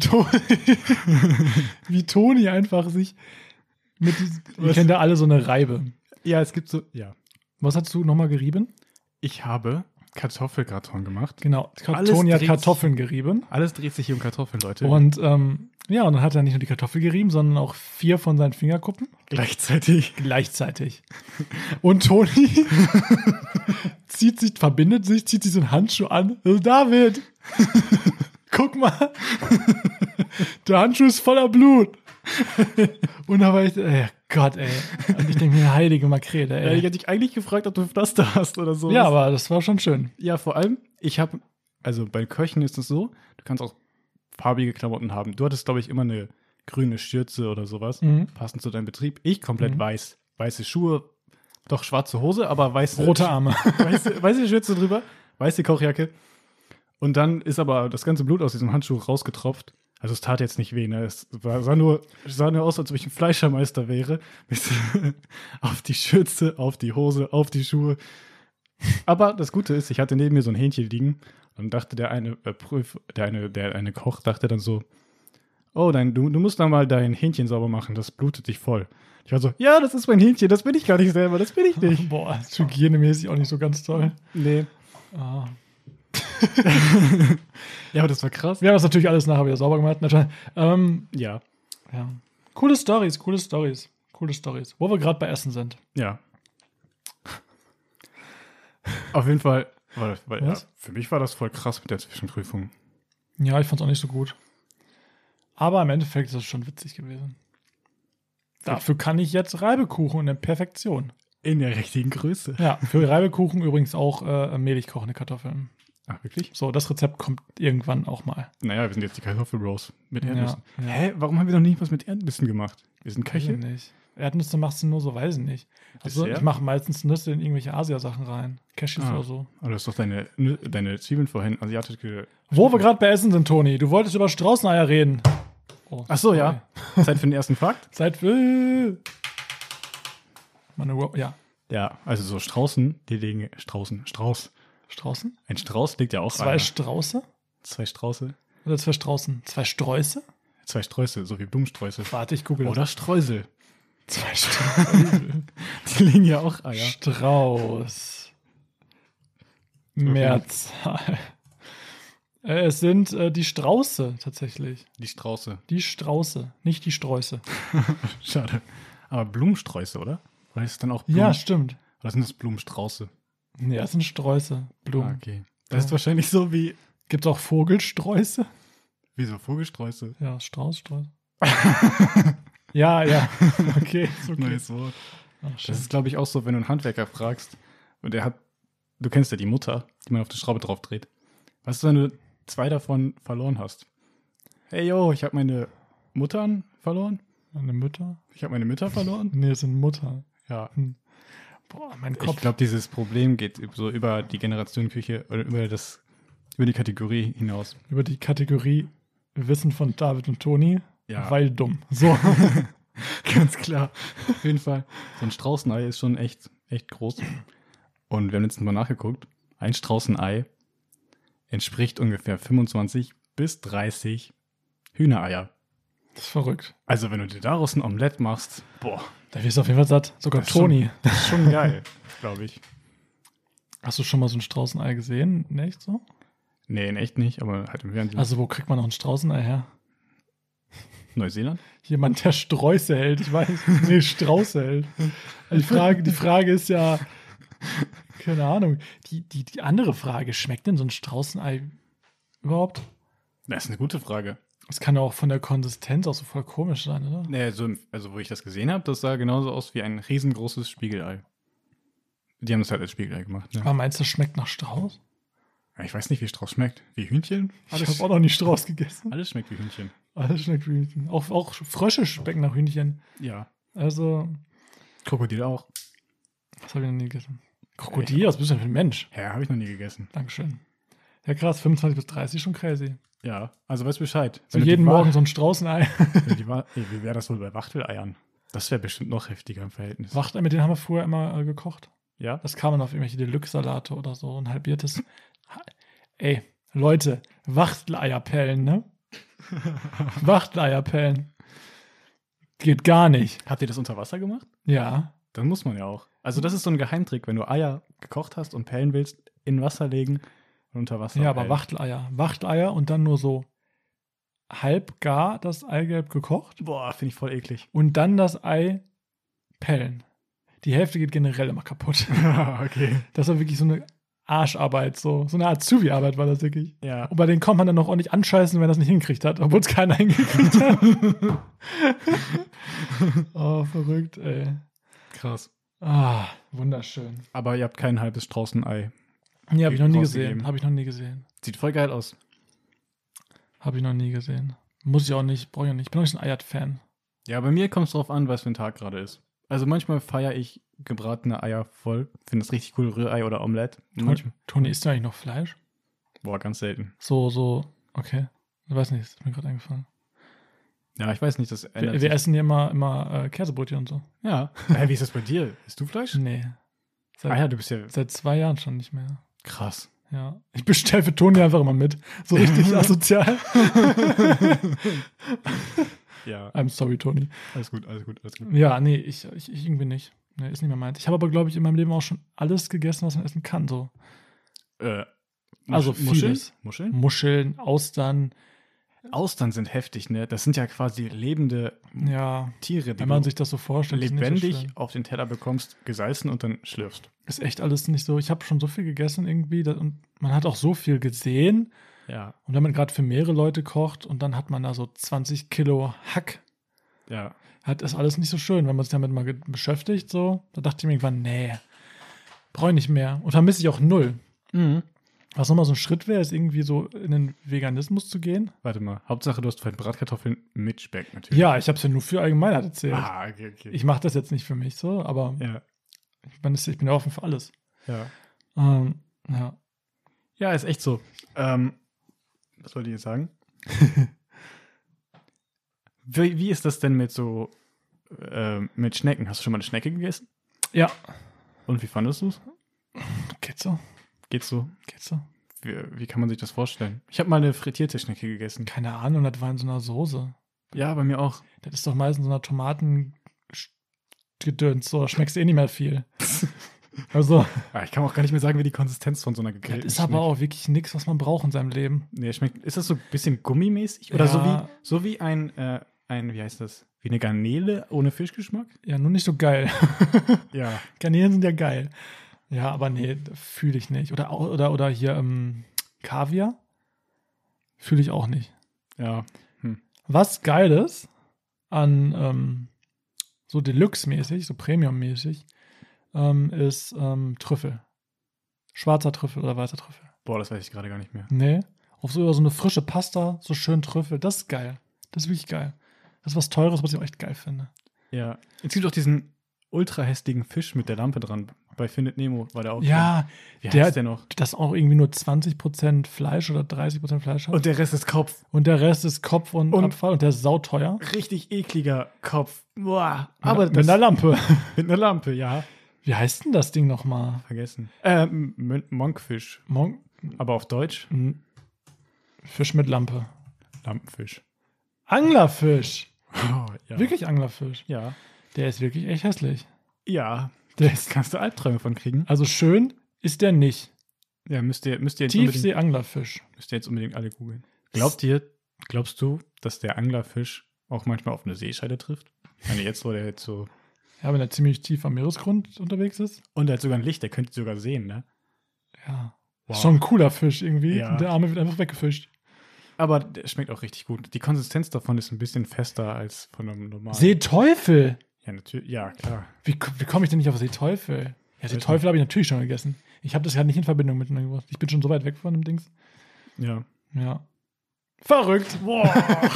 Toni einfach sich mit diesem, ihr Was? kennt ja alle so eine Reibe. Ja, es gibt so, ja. Was hast du nochmal gerieben? Ich habe Kartoffelgratin gemacht. Genau, Alles Toni hat dreht Kartoffeln gerieben. Alles dreht sich hier um Kartoffeln, Leute. Und und dann hat er nicht nur die Kartoffel gerieben, sondern auch 4 von seinen Fingerkuppen gleichzeitig. gleichzeitig. Und Toni zieht sich so einen Handschuh an. David, guck mal, der Handschuh ist voller Blut. Und da war ich, Gott, ey. Und ich denke mir, heilige Makrele, Ich ey. hätte dich eigentlich gefragt, ob du Pflaster hast oder so. Ja, aber das war schon schön. Ja, vor allem, also bei Köchen ist es so, du kannst auch farbige Klamotten haben. Du hattest, glaube ich, immer eine grüne Schürze oder sowas, passend zu deinem Betrieb. Ich komplett weiß. Weiße Schuhe, doch schwarze Hose, aber Rote Arme. weiße Schürze drüber, weiße Kochjacke. Und dann ist aber das ganze Blut aus diesem Handschuh rausgetropft. Also es tat jetzt nicht weh, ne? Sah nur aus, als ob ich ein Fleischermeister wäre. Auf die Schürze, auf die Hose, auf die Schuhe. Aber das Gute ist, ich hatte neben mir so ein Hähnchen liegen und dachte der eine Koch dachte dann so, oh, du musst da mal dein Hähnchen sauber machen, das blutet dich voll. Ich war so, ja, das ist mein Hähnchen, das bin ich gar nicht selber, das bin ich nicht. Boah, ist hygienemäßig auch nicht so ganz toll. Nee. Ah. Ja, aber das war krass. Wir haben das natürlich alles nachher wieder sauber gemacht. Ja. Ja. Coole Stories. Wo wir gerade bei Essen sind. Ja. Auf jeden Fall, ja, Was? für mich war das voll krass mit der Zwischenprüfung. Ja, ich fand's auch nicht so gut. Aber im Endeffekt ist es schon witzig gewesen. Dafür kann ich jetzt Reibekuchen in der Perfektion. In der richtigen Größe. Ja, für Reibekuchen übrigens auch mehlig kochende Kartoffeln. Ach, wirklich? So, das Rezept kommt irgendwann auch mal. Naja, wir sind jetzt die Kartoffelbros mit Erdnüssen. Ja. Hä? Warum haben wir noch nie was mit Erdnüssen gemacht? Wir sind Weiß ich Köche. nicht. Erdnüsse machst du nur so, weiß ich nicht. Also Dessert? ich mache meistens Nüsse in irgendwelche Asiasachen rein. Cashews Ah. oder so. Aber du hast doch deine Zwiebeln vorhin asiatische. Wo wir gerade bei Essen sind, Toni. Du wolltest über Straußeneier reden. Oh, Ach so, ja. Zeit für den ersten Fakt? Zeit für. Ja. Ja, also so Straußen, die legen Strauß. Straußen? Ein Strauß legt ja auch 2 Eier. Strauße? 2 Strauße? Oder 2 Straußen? 2 Sträuße? 2 Sträuße, so wie Blumensträuße. Warte, ich google das. Oder Streusel. 2 Strauße. Die legen ja auch Eier. Strauß. Mehrzahl. Es sind die Strauße tatsächlich. Die Strauße. Die Strauße, nicht die Sträuße. Schade. Aber Blumensträuße, oder? Oder ist es dann auch Blumen? Ja, stimmt. Oder sind das Blumenstrauße? Nee, das sind Sträuße. Blumen. Ah, okay. Das ist wahrscheinlich so wie. Gibt es auch Vogelsträuße? Wie so Vogelsträuße. Ja, Strauß. Ja. Okay, ist okay. Neues Wort. Ach, Das schön. ist, glaube ich, auch so, wenn du einen Handwerker fragst und der hat du kennst ja die Mutter, die man auf die Schraube drauf dreht. Was ist, wenn du 2 davon verloren hast? Hey, yo, ich habe meine Muttern verloren. Meine Mütter? Ich habe meine Mütter verloren. Nee, es sind Mutter. Ja. Boah, mein Kopf. Ich glaube, dieses Problem geht so über die Generation Küche oder über die Kategorie hinaus. Über die Kategorie Wissen von David und Toni, Ja. weil dumm. So. Ganz klar. Auf jeden Fall. So ein Straußenei ist schon echt groß. Und wir haben letztens mal nachgeguckt. Ein Straußenei entspricht ungefähr 25 bis 30 Hühnereier. Das ist verrückt. Also wenn du dir daraus ein Omelett machst, boah, Da wirst du auf jeden Fall satt. Sogar Das ist Toni. das ist schon geil, glaube ich. Hast du schon mal so ein Straußenei gesehen? In echt so? Nee, in echt nicht, aber halt im Fernsehen. Also wo kriegt man noch ein Straußenei her? Neuseeland? Jemand, der Sträuße hält, ich weiß. Nee, Strauße hält. Also die Frage ist ja, keine Ahnung. Die andere Frage, schmeckt denn so ein Straußenei überhaupt? Das ist eine gute Frage. Das kann ja auch von der Konsistenz auch so voll komisch sein, oder? Nee, also wo ich das gesehen habe, das sah genauso aus wie ein riesengroßes Spiegelei. Die haben das halt als Spiegelei gemacht. Ne? Aber meinst du, das schmeckt nach Strauß? Ja, ich weiß nicht, wie Strauß schmeckt. Wie Hühnchen? Ich habe auch noch nie Strauß gegessen. Alles schmeckt wie Hühnchen. Alles schmeckt wie Hühnchen. Auch Frösche schmecken nach Hühnchen. Ja. Also, Krokodil auch. das habe ich noch nie gegessen. Krokodil, was bist du denn für ein Mensch? Ja, habe ich noch nie gegessen. Dankeschön. Ja, krass, 25 bis 30 schon crazy. Ja, also weißt Bescheid. So Wenn du jeden die Morgen so ein Straußenei. Wie wäre das wohl bei Wachteleiern? Das wäre bestimmt noch heftiger im Verhältnis. Wachtelei, mit denen haben wir früher immer gekocht. Ja? Das kam dann auf irgendwelche Deluxe-Salate oder so. Ein halbiertes. Ey, Leute, Wachteleierpellen, ne? Wachteleierpellen. Geht gar nicht. Habt ihr das unter Wasser gemacht? Ja. Dann muss man ja auch. Also das ist so ein Geheimtrick, wenn du Eier gekocht hast und pellen willst, in Wasser legen und unter Wasser Ja, aber pellen. Wachteleier. Wachteleier und dann nur so halb gar das Eigelb gekocht Boah, finde ich voll eklig. und dann das Ei pellen. Die Hälfte geht generell immer kaputt. Okay. Das war wirklich so eine Arscharbeit, so eine Azubi-Arbeit war das wirklich. Ja. Und bei denen kommt man dann noch ordentlich anscheißen, wenn er das nicht hingekriegt hat, obwohl es keiner hingekriegt hat. Oh, verrückt, ey. Krass. Ah, wunderschön. Aber ihr habt kein halbes Straußenei. Nee, habe ich noch nie Rausgegeben. gesehen. Habe ich noch nie gesehen. Sieht voll geil aus. Habe ich noch nie gesehen. Muss ich auch nicht, brauche ich auch nicht. Ich bin auch nicht so ein Eier-Fan. Ja, bei mir kommt es drauf an, was für ein Tag gerade ist. Also manchmal feiere ich gebratene Eier voll. Finde das richtig cool, Rührei oder Omelette. Manchmal, Toni, isst du eigentlich noch Fleisch? boah, ganz selten. So, okay. Ich weiß nicht, ist mir gerade eingefallen. Ja, ich weiß nicht, das ändert Wir sich. essen hier immer Käsebrötchen und so. Ja. Hä, wie ist das bei dir? Isst du Fleisch? Nee. Ah ja, du bist ja Seit 2 Jahren schon nicht mehr. krass. Ja. Ich bestelle für Toni einfach immer mit. So richtig asozial. Ja, I'm sorry, Toni. alles gut, alles gut, alles gut. Ja, nee, ich irgendwie nicht. Nee, ist nicht mehr meins. Ich habe aber, glaube ich, in meinem Leben auch schon alles gegessen, was man essen kann. So. Also vieles. Muscheln? Muscheln, Austern, Austern sind heftig, ne? Das sind ja quasi lebende ja. Tiere, die Wenn man du sich das so vorstellt, ist nicht so lebendig schlimm. auf den Teller bekommst, gesalzen und dann schlürfst. Ist echt alles nicht so. Ich habe schon so viel gegessen irgendwie und man hat auch so viel gesehen. Ja, Und wenn man gerade für mehrere Leute kocht und dann hat man da so 20 Kilo Hack, ja. ist alles nicht so schön, wenn man sich damit mal beschäftigt. So, da dachte ich mir irgendwann, nee, brauche ich nicht mehr. Und vermisse ich auch null. Mhm. Was nochmal so ein Schritt wäre, ist irgendwie so in den Veganismus zu gehen. Warte mal, Hauptsache du hast vorhin Bratkartoffeln mit Speck natürlich. Ja, ich habe es ja nur für Allgemeinheit erzählt. Ah, okay. Ich mache das jetzt nicht für mich so, aber Ja, ich bin ja offen für alles. ja. Ja. Ja, ist echt so. Was wollte ich jetzt sagen? Wie ist das denn mit so mit Schnecken? Hast du schon mal eine Schnecke gegessen? Ja. Und wie fandest du es? Geht so. Geht's so? Geht so. Wie kann man sich das vorstellen? Ich habe mal eine frittierte Schnecke gegessen. Keine Ahnung, das war in so einer Soße. Ja, bei mir auch. Das ist doch meistens so einer Tomatengedöns. So, da schmeckst du eh nicht mehr viel. Also, Ich kann auch gar nicht mehr sagen, wie die Konsistenz von so einer gegrillten das ist aber auch wirklich nichts, was man braucht in seinem Leben. Nee, schmeckt. Ist das so ein bisschen gummimäßig? Oder Ja. so wie ein, wie heißt das? Wie eine Garnele ohne Fischgeschmack? Ja, nur nicht so geil. Ja. Garnelen sind ja geil. Ja, aber nee, fühle ich nicht. Oder hier Kaviar. Fühle ich auch nicht. Ja. Was geil ist an so Deluxe-mäßig, so Premium-mäßig, ist Trüffel. Schwarzer Trüffel oder weißer Trüffel? Boah, das weiß ich gerade gar nicht mehr. Nee. Auf so eine frische Pasta, so schön Trüffel. Das ist geil. Das ist wirklich geil. Das ist was Teures, was ich auch echt geil finde. Ja. Es gibt auch diesen ultra hässlichen Fisch mit der Lampe dran. Bei Findet Nemo war der auch. Ja, Wie heißt der noch? das auch irgendwie nur 20% Fleisch oder 30% Fleisch hat. Und der Rest ist Kopf. Und der Rest ist Kopf und Abfall und der ist sauteuer. Richtig ekliger Kopf. Boah. Aber mit einer Lampe. Mit einer Lampe, ja. Wie heißt denn das Ding nochmal? Vergessen. Monkfisch. Aber auf Deutsch? Fisch mit Lampe. Lampenfisch. Anglerfisch. Oh, ja. Wirklich Anglerfisch. Ja. Der ist wirklich echt hässlich. Ja. Der Das kannst du Albträume von kriegen. Also schön ist der nicht. Ja, müsst ihr jetzt Tiefsee-Anglerfisch. unbedingt alle googeln. Glaubst du, dass der Anglerfisch auch manchmal auf eine Seescheide trifft? Ich meine, jetzt, wo der jetzt so. Ja, wenn er ziemlich tief am Meeresgrund unterwegs ist. Und er hat sogar ein Licht, der könnte ihn sogar sehen, ne? Ja. Wow. Ist schon ein cooler Fisch irgendwie. Ja. Und der Arme wird einfach weggefischt. Aber der schmeckt auch richtig gut. Die Konsistenz davon ist ein bisschen fester als von einem normalen. Seeteufel! Ja, natürlich. Ja, klar. Wie komme ich denn nicht auf Seeteufel? Ja, Seeteufel habe ich natürlich schon gegessen. Ich habe das ja nicht in Verbindung mit irgendwas. Ich bin schon so weit weg von dem Dings. Ja. Ja. Verrückt! Boah!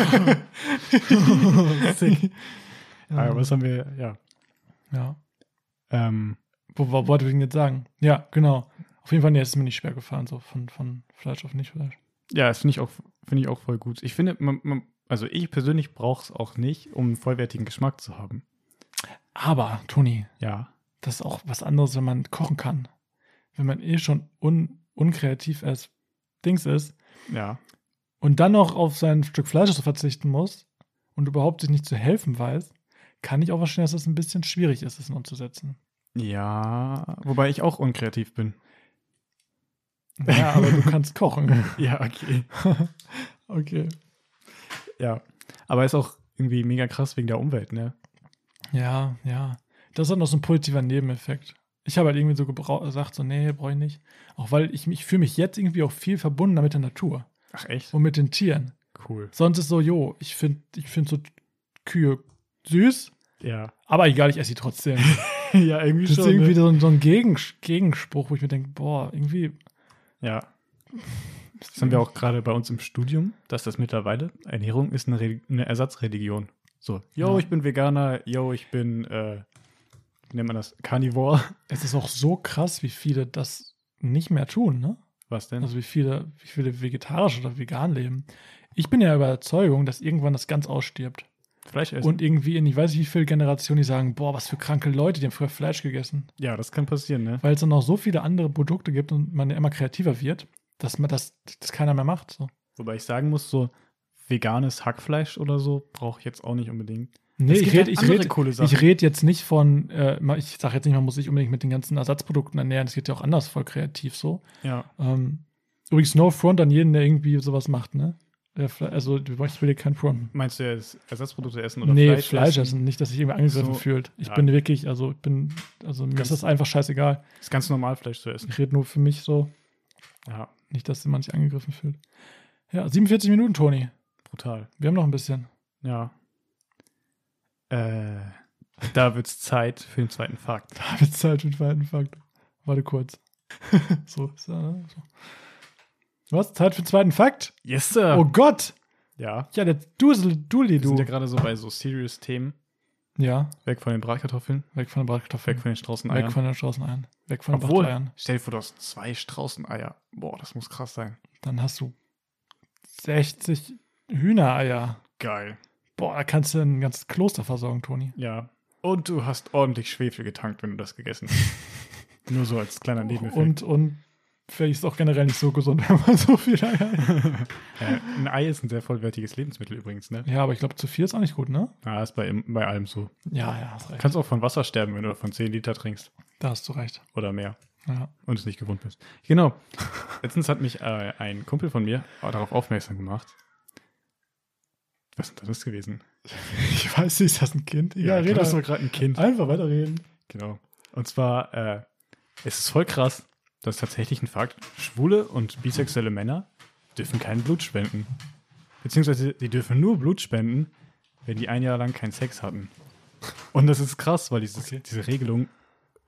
Sick. Aber was haben wir, ja. Ja. Ähm, Wo wollte ich denn jetzt sagen? Ja, genau. Auf jeden Fall, nee, es ist mir nicht schwer gefallen, so von Fleisch auf Nicht-Fleisch. ja, das finde ich auch voll gut. Ich finde, also ich persönlich brauche es auch nicht, um einen vollwertigen Geschmack zu haben. Aber, Toni, Ja. das ist auch was anderes, wenn man kochen kann. Wenn man schon unkreativ als Dings ist Ja. und dann noch auf sein Stück Fleisch so verzichten muss und überhaupt sich nicht zu helfen weiß, kann ich auch verstehen, dass es ein bisschen schwierig ist, es umzusetzen. Ja, wobei ich auch unkreativ bin. Ja, aber du kannst kochen. Ja, okay. Okay. Ja. Aber ist auch irgendwie mega krass wegen der Umwelt, ne? Ja, ja. Das ist dann noch so ein positiver Nebeneffekt. Ich habe halt irgendwie so gesagt, so, nee, brauche ich nicht. Auch weil ich fühle mich jetzt irgendwie auch viel verbundener mit der Natur Ach, echt? und mit den Tieren. Cool. Sonst ist so, ich find so Kühe süß, Ja. aber egal, ich esse sie trotzdem. Ja, irgendwie Das ist irgendwie so ein Gegenspruch, wo ich mir denke, boah, irgendwie. Ja. Das haben wir auch gerade bei uns im Studium, dass das mittlerweile, Ernährung ist eine Ersatzreligion. So, Ja. ich bin Veganer, ich bin, wie nennt man das, Carnivore. Es ist auch so krass, wie viele das nicht mehr tun, ne? Was denn? Also wie viele vegetarisch oder vegan leben. Ich bin ja Überzeugung, dass irgendwann das ganz ausstirbt. Fleisch essen. Und irgendwie in, ich weiß nicht wie viele Generationen, die sagen, boah, was für kranke Leute, die haben früher Fleisch gegessen. Ja, das kann passieren, ne? Weil es dann noch so viele andere Produkte gibt und man ja immer kreativer wird, dass man das keiner mehr macht. So. Wobei ich sagen muss, so veganes Hackfleisch oder so brauche ich jetzt auch nicht unbedingt. Nee, Es ich gibt rede halt andere coole Sachen. red jetzt nicht von, ich sage jetzt nicht, man muss sich unbedingt mit den ganzen Ersatzprodukten ernähren, das geht ja auch anders voll kreativ so. Ja. Übrigens no front an jeden, der irgendwie sowas macht, ne? Also ich will dir keinen Front. Meinst du jetzt Ersatzprodukte essen oder Nee, Fleisch, Fleisch essen, nicht, dass sich irgendwie angegriffen So, fühlt. Ich ja. bin wirklich, mir ist das einfach scheißegal. Ist ganz normal, Fleisch zu essen. Ich rede nur für mich so, Ja, nicht, dass man sich angegriffen fühlt. Ja, 47 Minuten, Toni. brutal. Wir haben noch ein bisschen. Ja. Da wird's Zeit für den zweiten Fakt. Da wird Zeit für den zweiten Fakt. Warte kurz. so. Was? Zeit für den zweiten Fakt? Yes, sir. Oh Gott! Ja. Ja, der Dusel-Dulli, Wir sind ja du. gerade so bei so serious Themen. Ja, Weg von den Bratkartoffeln, weg von den Bratkartoffeln. weg von den Straußeneiern. Weg von den Straußeneiern. Weg von den Obwohl, Brateiern. stell dir vor, du hast 2 Straußeneier. Boah, das muss krass sein. Dann hast du 60 Hühnereier. Geil. Boah, da kannst du ein ganzes Kloster versorgen, Toni. Ja. Und du hast ordentlich Schwefel getankt, wenn du das gegessen hast. Nur so als kleiner Nebeneffekt. Und vielleicht ist es auch generell nicht so gesund, wenn man so viel Eier hat. Ein Ei ist ein sehr vollwertiges Lebensmittel übrigens, ne? Ja, aber ich glaube, zu viel ist auch nicht gut, ne? Ja, ist bei allem so. Ja, hast Du recht. kannst auch von Wasser sterben, wenn du von 10 Liter trinkst. Da hast du recht. Oder mehr. Ja. Und es nicht gewohnt bist. Genau. Letztens hat mich ein Kumpel von mir darauf aufmerksam gemacht. Was ist denn das gewesen? Ich weiß nicht, ist das ein Kind? Ja, red du bist doch. doch gerade ein Kind. Einfach weiterreden. Genau. Und zwar, es ist voll krass, das ist tatsächlich ein Fakt. Schwule und bisexuelle Männer dürfen kein Blut spenden. Beziehungsweise, die dürfen nur Blut spenden, wenn die ein Jahr lang keinen Sex hatten. Und das ist krass, weil diese Regelung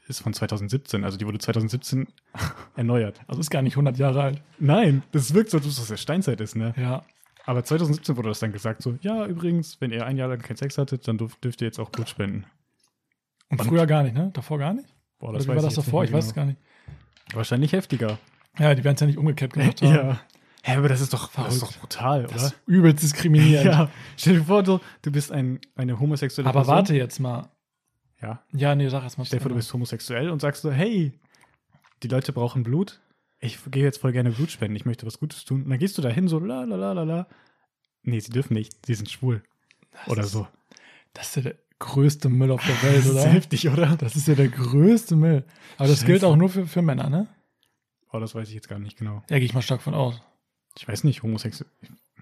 ist von 2017. Also die wurde 2017 erneuert. Also ist gar nicht 100 Jahre alt. Nein, das wirkt so, als ob das aus der Steinzeit ist, ne? Ja. Aber 2017 wurde das dann gesagt so, ja, übrigens, wenn ihr ein Jahr lang keinen Sex hattet, dann dürft ihr jetzt auch Blut spenden. Und früher gar nicht, ne? Davor gar nicht? Boah, Oder wie war das jetzt nicht davor? mehr Ich weiß es genau. gar nicht. Wahrscheinlich heftiger. Ja, die werden es ja nicht umgekehrt gemacht haben. Ja. Hä, aber das ist doch Verrückt. brutal, oder? Das ist übelst diskriminierend. Ja. Stell dir vor, du bist eine homosexuelle Aber Person. warte jetzt mal. Ja. Ja, nee, sag erst mal. Stell dir vor, du bist homosexuell und sagst so, hey, die Leute brauchen Blut. Ich gehe jetzt voll gerne Blut spenden. Ich möchte was Gutes tun. Und dann gehst du dahin so, la la la la la. Nee, sie dürfen nicht. Sie sind schwul. Oder so. Das ist ja der größte Müll auf der Welt, Das ist oder? heftig, oder? Das ist ja der größte Müll. Aber das Scheiße. gilt auch nur für Männer, ne? Oh, das weiß ich jetzt gar nicht genau. Ja, gehe ich mal stark von aus. Ich weiß nicht, homosexuell.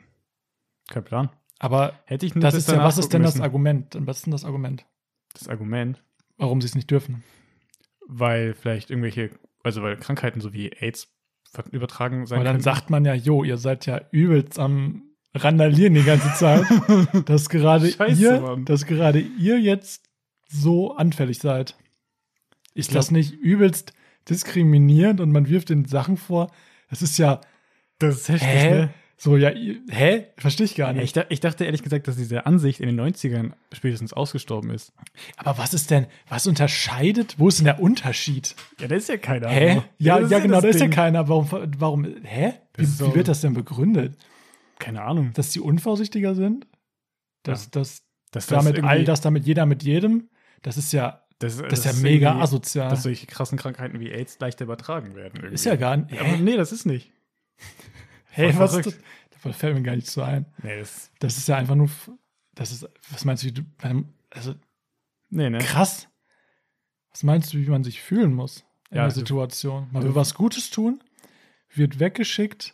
Kein Plan. Aber Hätte ich nicht das ist ja, was ist denn das müssen. Argument? Was ist denn das Argument, Das Argument, warum sie es nicht dürfen? weil vielleicht weil Krankheiten so wie AIDS übertragen sein Weil dann können. sagt man ja, jo, ihr seid ja übelst am Randalieren die ganze Zeit, dass gerade Scheiße, Mann. ihr jetzt so anfällig seid. Ist das nicht übelst diskriminierend und man wirft den Sachen vor? Das ist ja, Das ist heftig, hä? ne? So, ja, verstehe ich gar Ja, nicht. ich dachte ehrlich gesagt, dass diese Ansicht in den 90ern spätestens ausgestorben ist. Aber was unterscheidet? Wo ist denn der Unterschied? Ja, da ist ja keiner. Hä? Ja, das genau, das da ist ja Ding. keiner. Warum, hä? Das ist Wie so- wird das denn begründet? Keine Ahnung. Dass die unvorsichtiger sind? Dass irgendwie- damit jeder mit jedem? Das ist ja das ist ja mega irgendwie- asozial. Dass solche krassen Krankheiten wie AIDS leichter übertragen werden. Irgendwie. Ist ja gar nicht. Aber nee, das ist nicht. Hey, voll was ist verrückt. das? Das fällt mir gar nicht so ein. Nee, das, Das ist ja einfach nur. Was meinst du, also nee, ne? krass. Was meinst du, wie man sich fühlen muss in Ja, der du- Situation? Man du- will was Gutes tun, wird weggeschickt,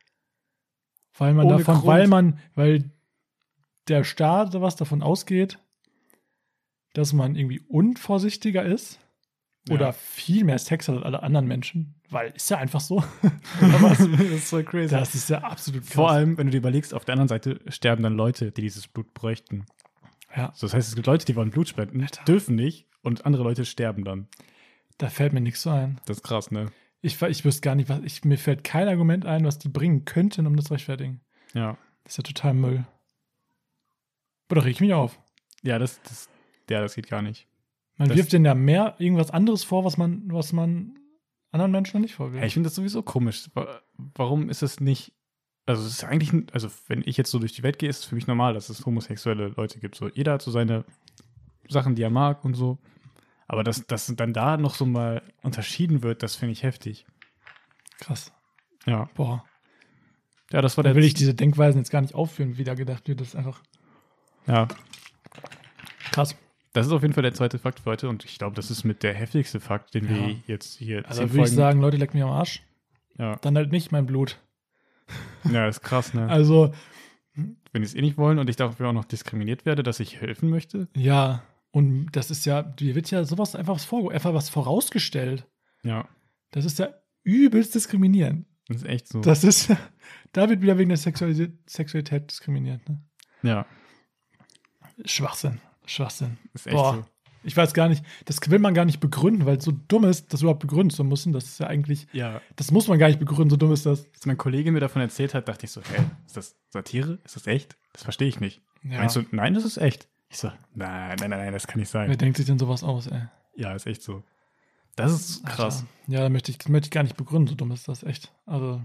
weil man Ohne davon, Grund. weil der Staat oder was davon ausgeht, dass man irgendwie unvorsichtiger ist oder Ja. viel mehr Sex hat als alle anderen Menschen. Weil ist ja einfach so. das ist so crazy. Das ist ja absolut krass. Vor allem, wenn du dir überlegst, auf der anderen Seite sterben dann Leute, die dieses Blut bräuchten. Ja, So, das heißt, es gibt Leute, die wollen Blut spenden, Alter. dürfen nicht und andere Leute sterben dann. da fällt mir nichts so ein. Das ist krass, ne? Ich wüsste gar nicht, mir fällt kein Argument ein, was die bringen könnten, um das zu rechtfertigen. Ja. Das ist ja total Müll. Aber da reg ich mich auf. Ja, das geht gar nicht. Man Das- wirft denen ja mehr irgendwas anderes vor, was man anderen Menschen noch nicht vorwirft. Ja, ich finde das sowieso komisch. Warum ist es nicht. Also, es ist eigentlich. Also, wenn ich jetzt so durch die Welt gehe, ist es für mich normal, dass es homosexuelle Leute gibt. So, jeder hat so seine Sachen, die er mag und so. Aber dass dann da noch so mal unterschieden wird, das finde ich heftig. Krass. Ja. Boah. Ja, das war Da der. will ich diese Denkweisen jetzt gar nicht aufführen, wie da gedacht wird. Das ist einfach Ja. krass. Das ist auf jeden Fall der zweite Fakt für heute und ich glaube, das ist mit der heftigste Fakt, den Ja. wir jetzt hier Also würde ich sagen, Leute, leckt mich am Arsch. Ja. Dann halt nicht mein Blut. Ja, ist krass, ne? Also, Wenn die es eh nicht wollen und ich dafür auch noch diskriminiert werde, dass ich helfen möchte. ja. Und das ist ja, dir wird ja sowas einfach was vorausgestellt. Ja, Das ist ja übelst diskriminierend. das ist echt so. Das ist ja, da wird wieder wegen der Sexualität diskriminiert. Ne? Ja, Schwachsinn. ist echt Boah. so. Ich weiß gar nicht, das will man gar nicht begründen, weil es so dumm ist, das überhaupt begründen zu müssen. Das ist ja eigentlich, Ja, das muss man gar nicht begründen, so dumm ist das. als mein Kollege mir davon erzählt hat, dachte ich so, hä, ist das Satire? Ist das echt? Das verstehe ich nicht. Ja. Meinst du, nein, das ist echt? Ich so, nein, das kann nicht sein. Wer denkt sich denn sowas aus, ey? Ja, ist echt so. Das ist krass. Alter. Ja, da möchte ich gar nicht begründen, so dumm ist das echt. Also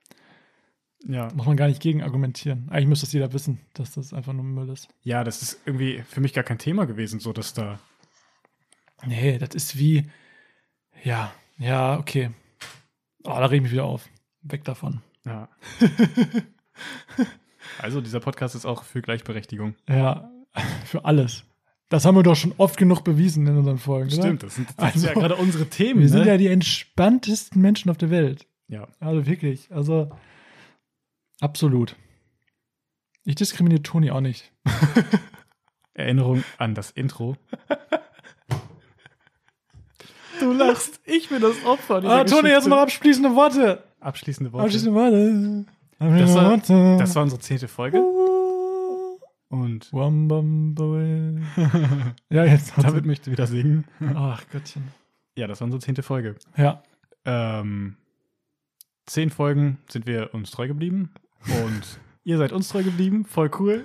Ja. muss man gar nicht gegen argumentieren. Eigentlich müsste das jeder wissen, dass das einfach nur Müll ist. Ja, das ist irgendwie für mich gar kein Thema gewesen, so dass da. Nee, das ist wie, ja, okay. Oh, da reg ich mich wieder auf. Weg davon. Ja. Also, dieser Podcast ist auch für Gleichberechtigung. Ja, für alles. Das haben wir doch schon oft genug bewiesen in unseren Folgen. Stimmt, Oder? das sind Also, ja gerade unsere Themen. Wir sind ne? ja die entspanntesten Menschen auf der Welt. Ja. Also wirklich. Also absolut. Ich diskriminiere Toni auch nicht. Erinnerung an das Intro. Du lachst. Ich bin das Opfer. dieser Toni, jetzt Geschichte. noch abschließende Worte. Abschließende Worte. Abschließende Worte. Das war unsere 10. Folge. Und Wambamboy. Ja, jetzt. David möchte wieder singen. Ach Gottchen. Ja, das war unsere 10. Folge. Ja. 10 Folgen sind wir uns treu geblieben und ihr seid uns treu geblieben. Voll cool.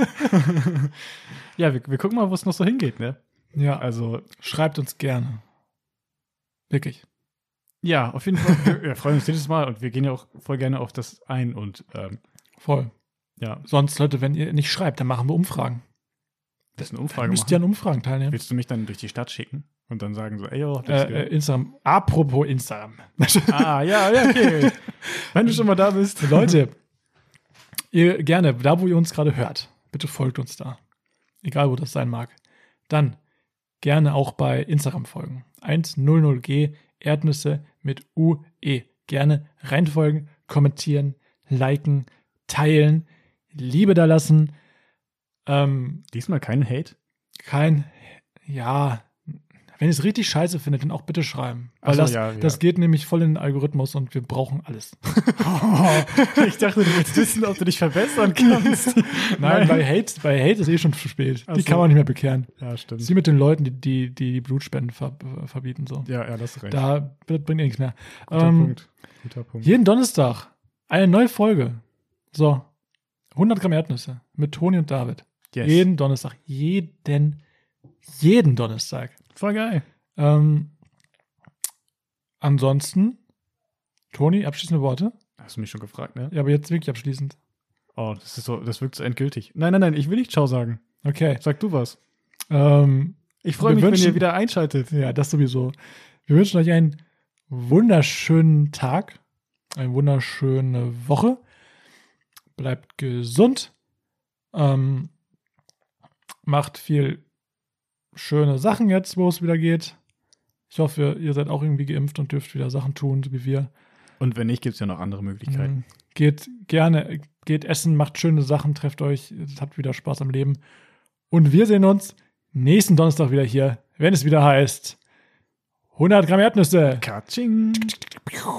Ja, wir gucken mal, wo es noch so hingeht, ne? Ja, Also, schreibt uns gerne. Wirklich. ja, auf jeden Fall. Wir freuen uns jedes Mal und wir gehen ja auch voll gerne auf das ein und Voll. ja, Sonst, Leute, wenn ihr nicht schreibt, dann machen wir Umfragen. das ist eine Umfrage Müsst machen. ihr an Umfragen teilnehmen. Willst du mich dann durch die Stadt schicken und dann sagen so, ey, yo, Instagram. Apropos Instagram. ja, okay. Wenn du schon mal da bist. Leute, ihr gerne, da wo ihr uns gerade hört, bitte folgt uns da. Egal, wo das sein mag. Dann gerne auch bei Instagram folgen. 100g Erdnüsse mit UE. Gerne reinfolgen, kommentieren, liken, teilen, Liebe da lassen. Diesmal kein Hate? Ja, wenn ihr es richtig scheiße findet, dann auch bitte schreiben. Ach Weil so, das geht nämlich voll in den Algorithmus und wir brauchen alles. Ich dachte, du willst wissen, ob du dich verbessern kannst. Nein, bei Hate ist eh schon zu spät. Ach Die so. kann man nicht mehr bekehren. Ja, Das stimmt. ist wie mit den Leuten, die Blutspenden verbieten. So. Ja, das ist recht. Da bringt ihr nichts mehr. Guter Punkt. Jeden Donnerstag eine neue Folge. So, 100 Gramm Erdnüsse mit Toni und David. Yes. Jeden Donnerstag. Jeden Donnerstag. Voll geil. Ansonsten, Toni, abschließende Worte. Hast du mich schon gefragt, ne? Ja, aber jetzt wirklich abschließend. Oh, das wirkt so endgültig. Nein, ich will nicht Ciao sagen. Okay. Sag du was. Ich Wir freue mich, wenn wünschen- ihr wieder einschaltet. Ja, das sowieso. Wir wünschen euch einen wunderschönen Tag, eine wunderschöne Woche. Bleibt gesund. Macht viel schöne Sachen jetzt, wo es wieder geht. Ich hoffe, ihr seid auch irgendwie geimpft und dürft wieder Sachen tun, so wie wir. Und wenn nicht, gibt es ja noch andere Möglichkeiten. Geht essen, macht schöne Sachen, trefft euch, habt wieder Spaß am Leben. Und wir sehen uns nächsten Donnerstag wieder hier, wenn es wieder heißt 100 Gramm Erdnüsse. Katsching.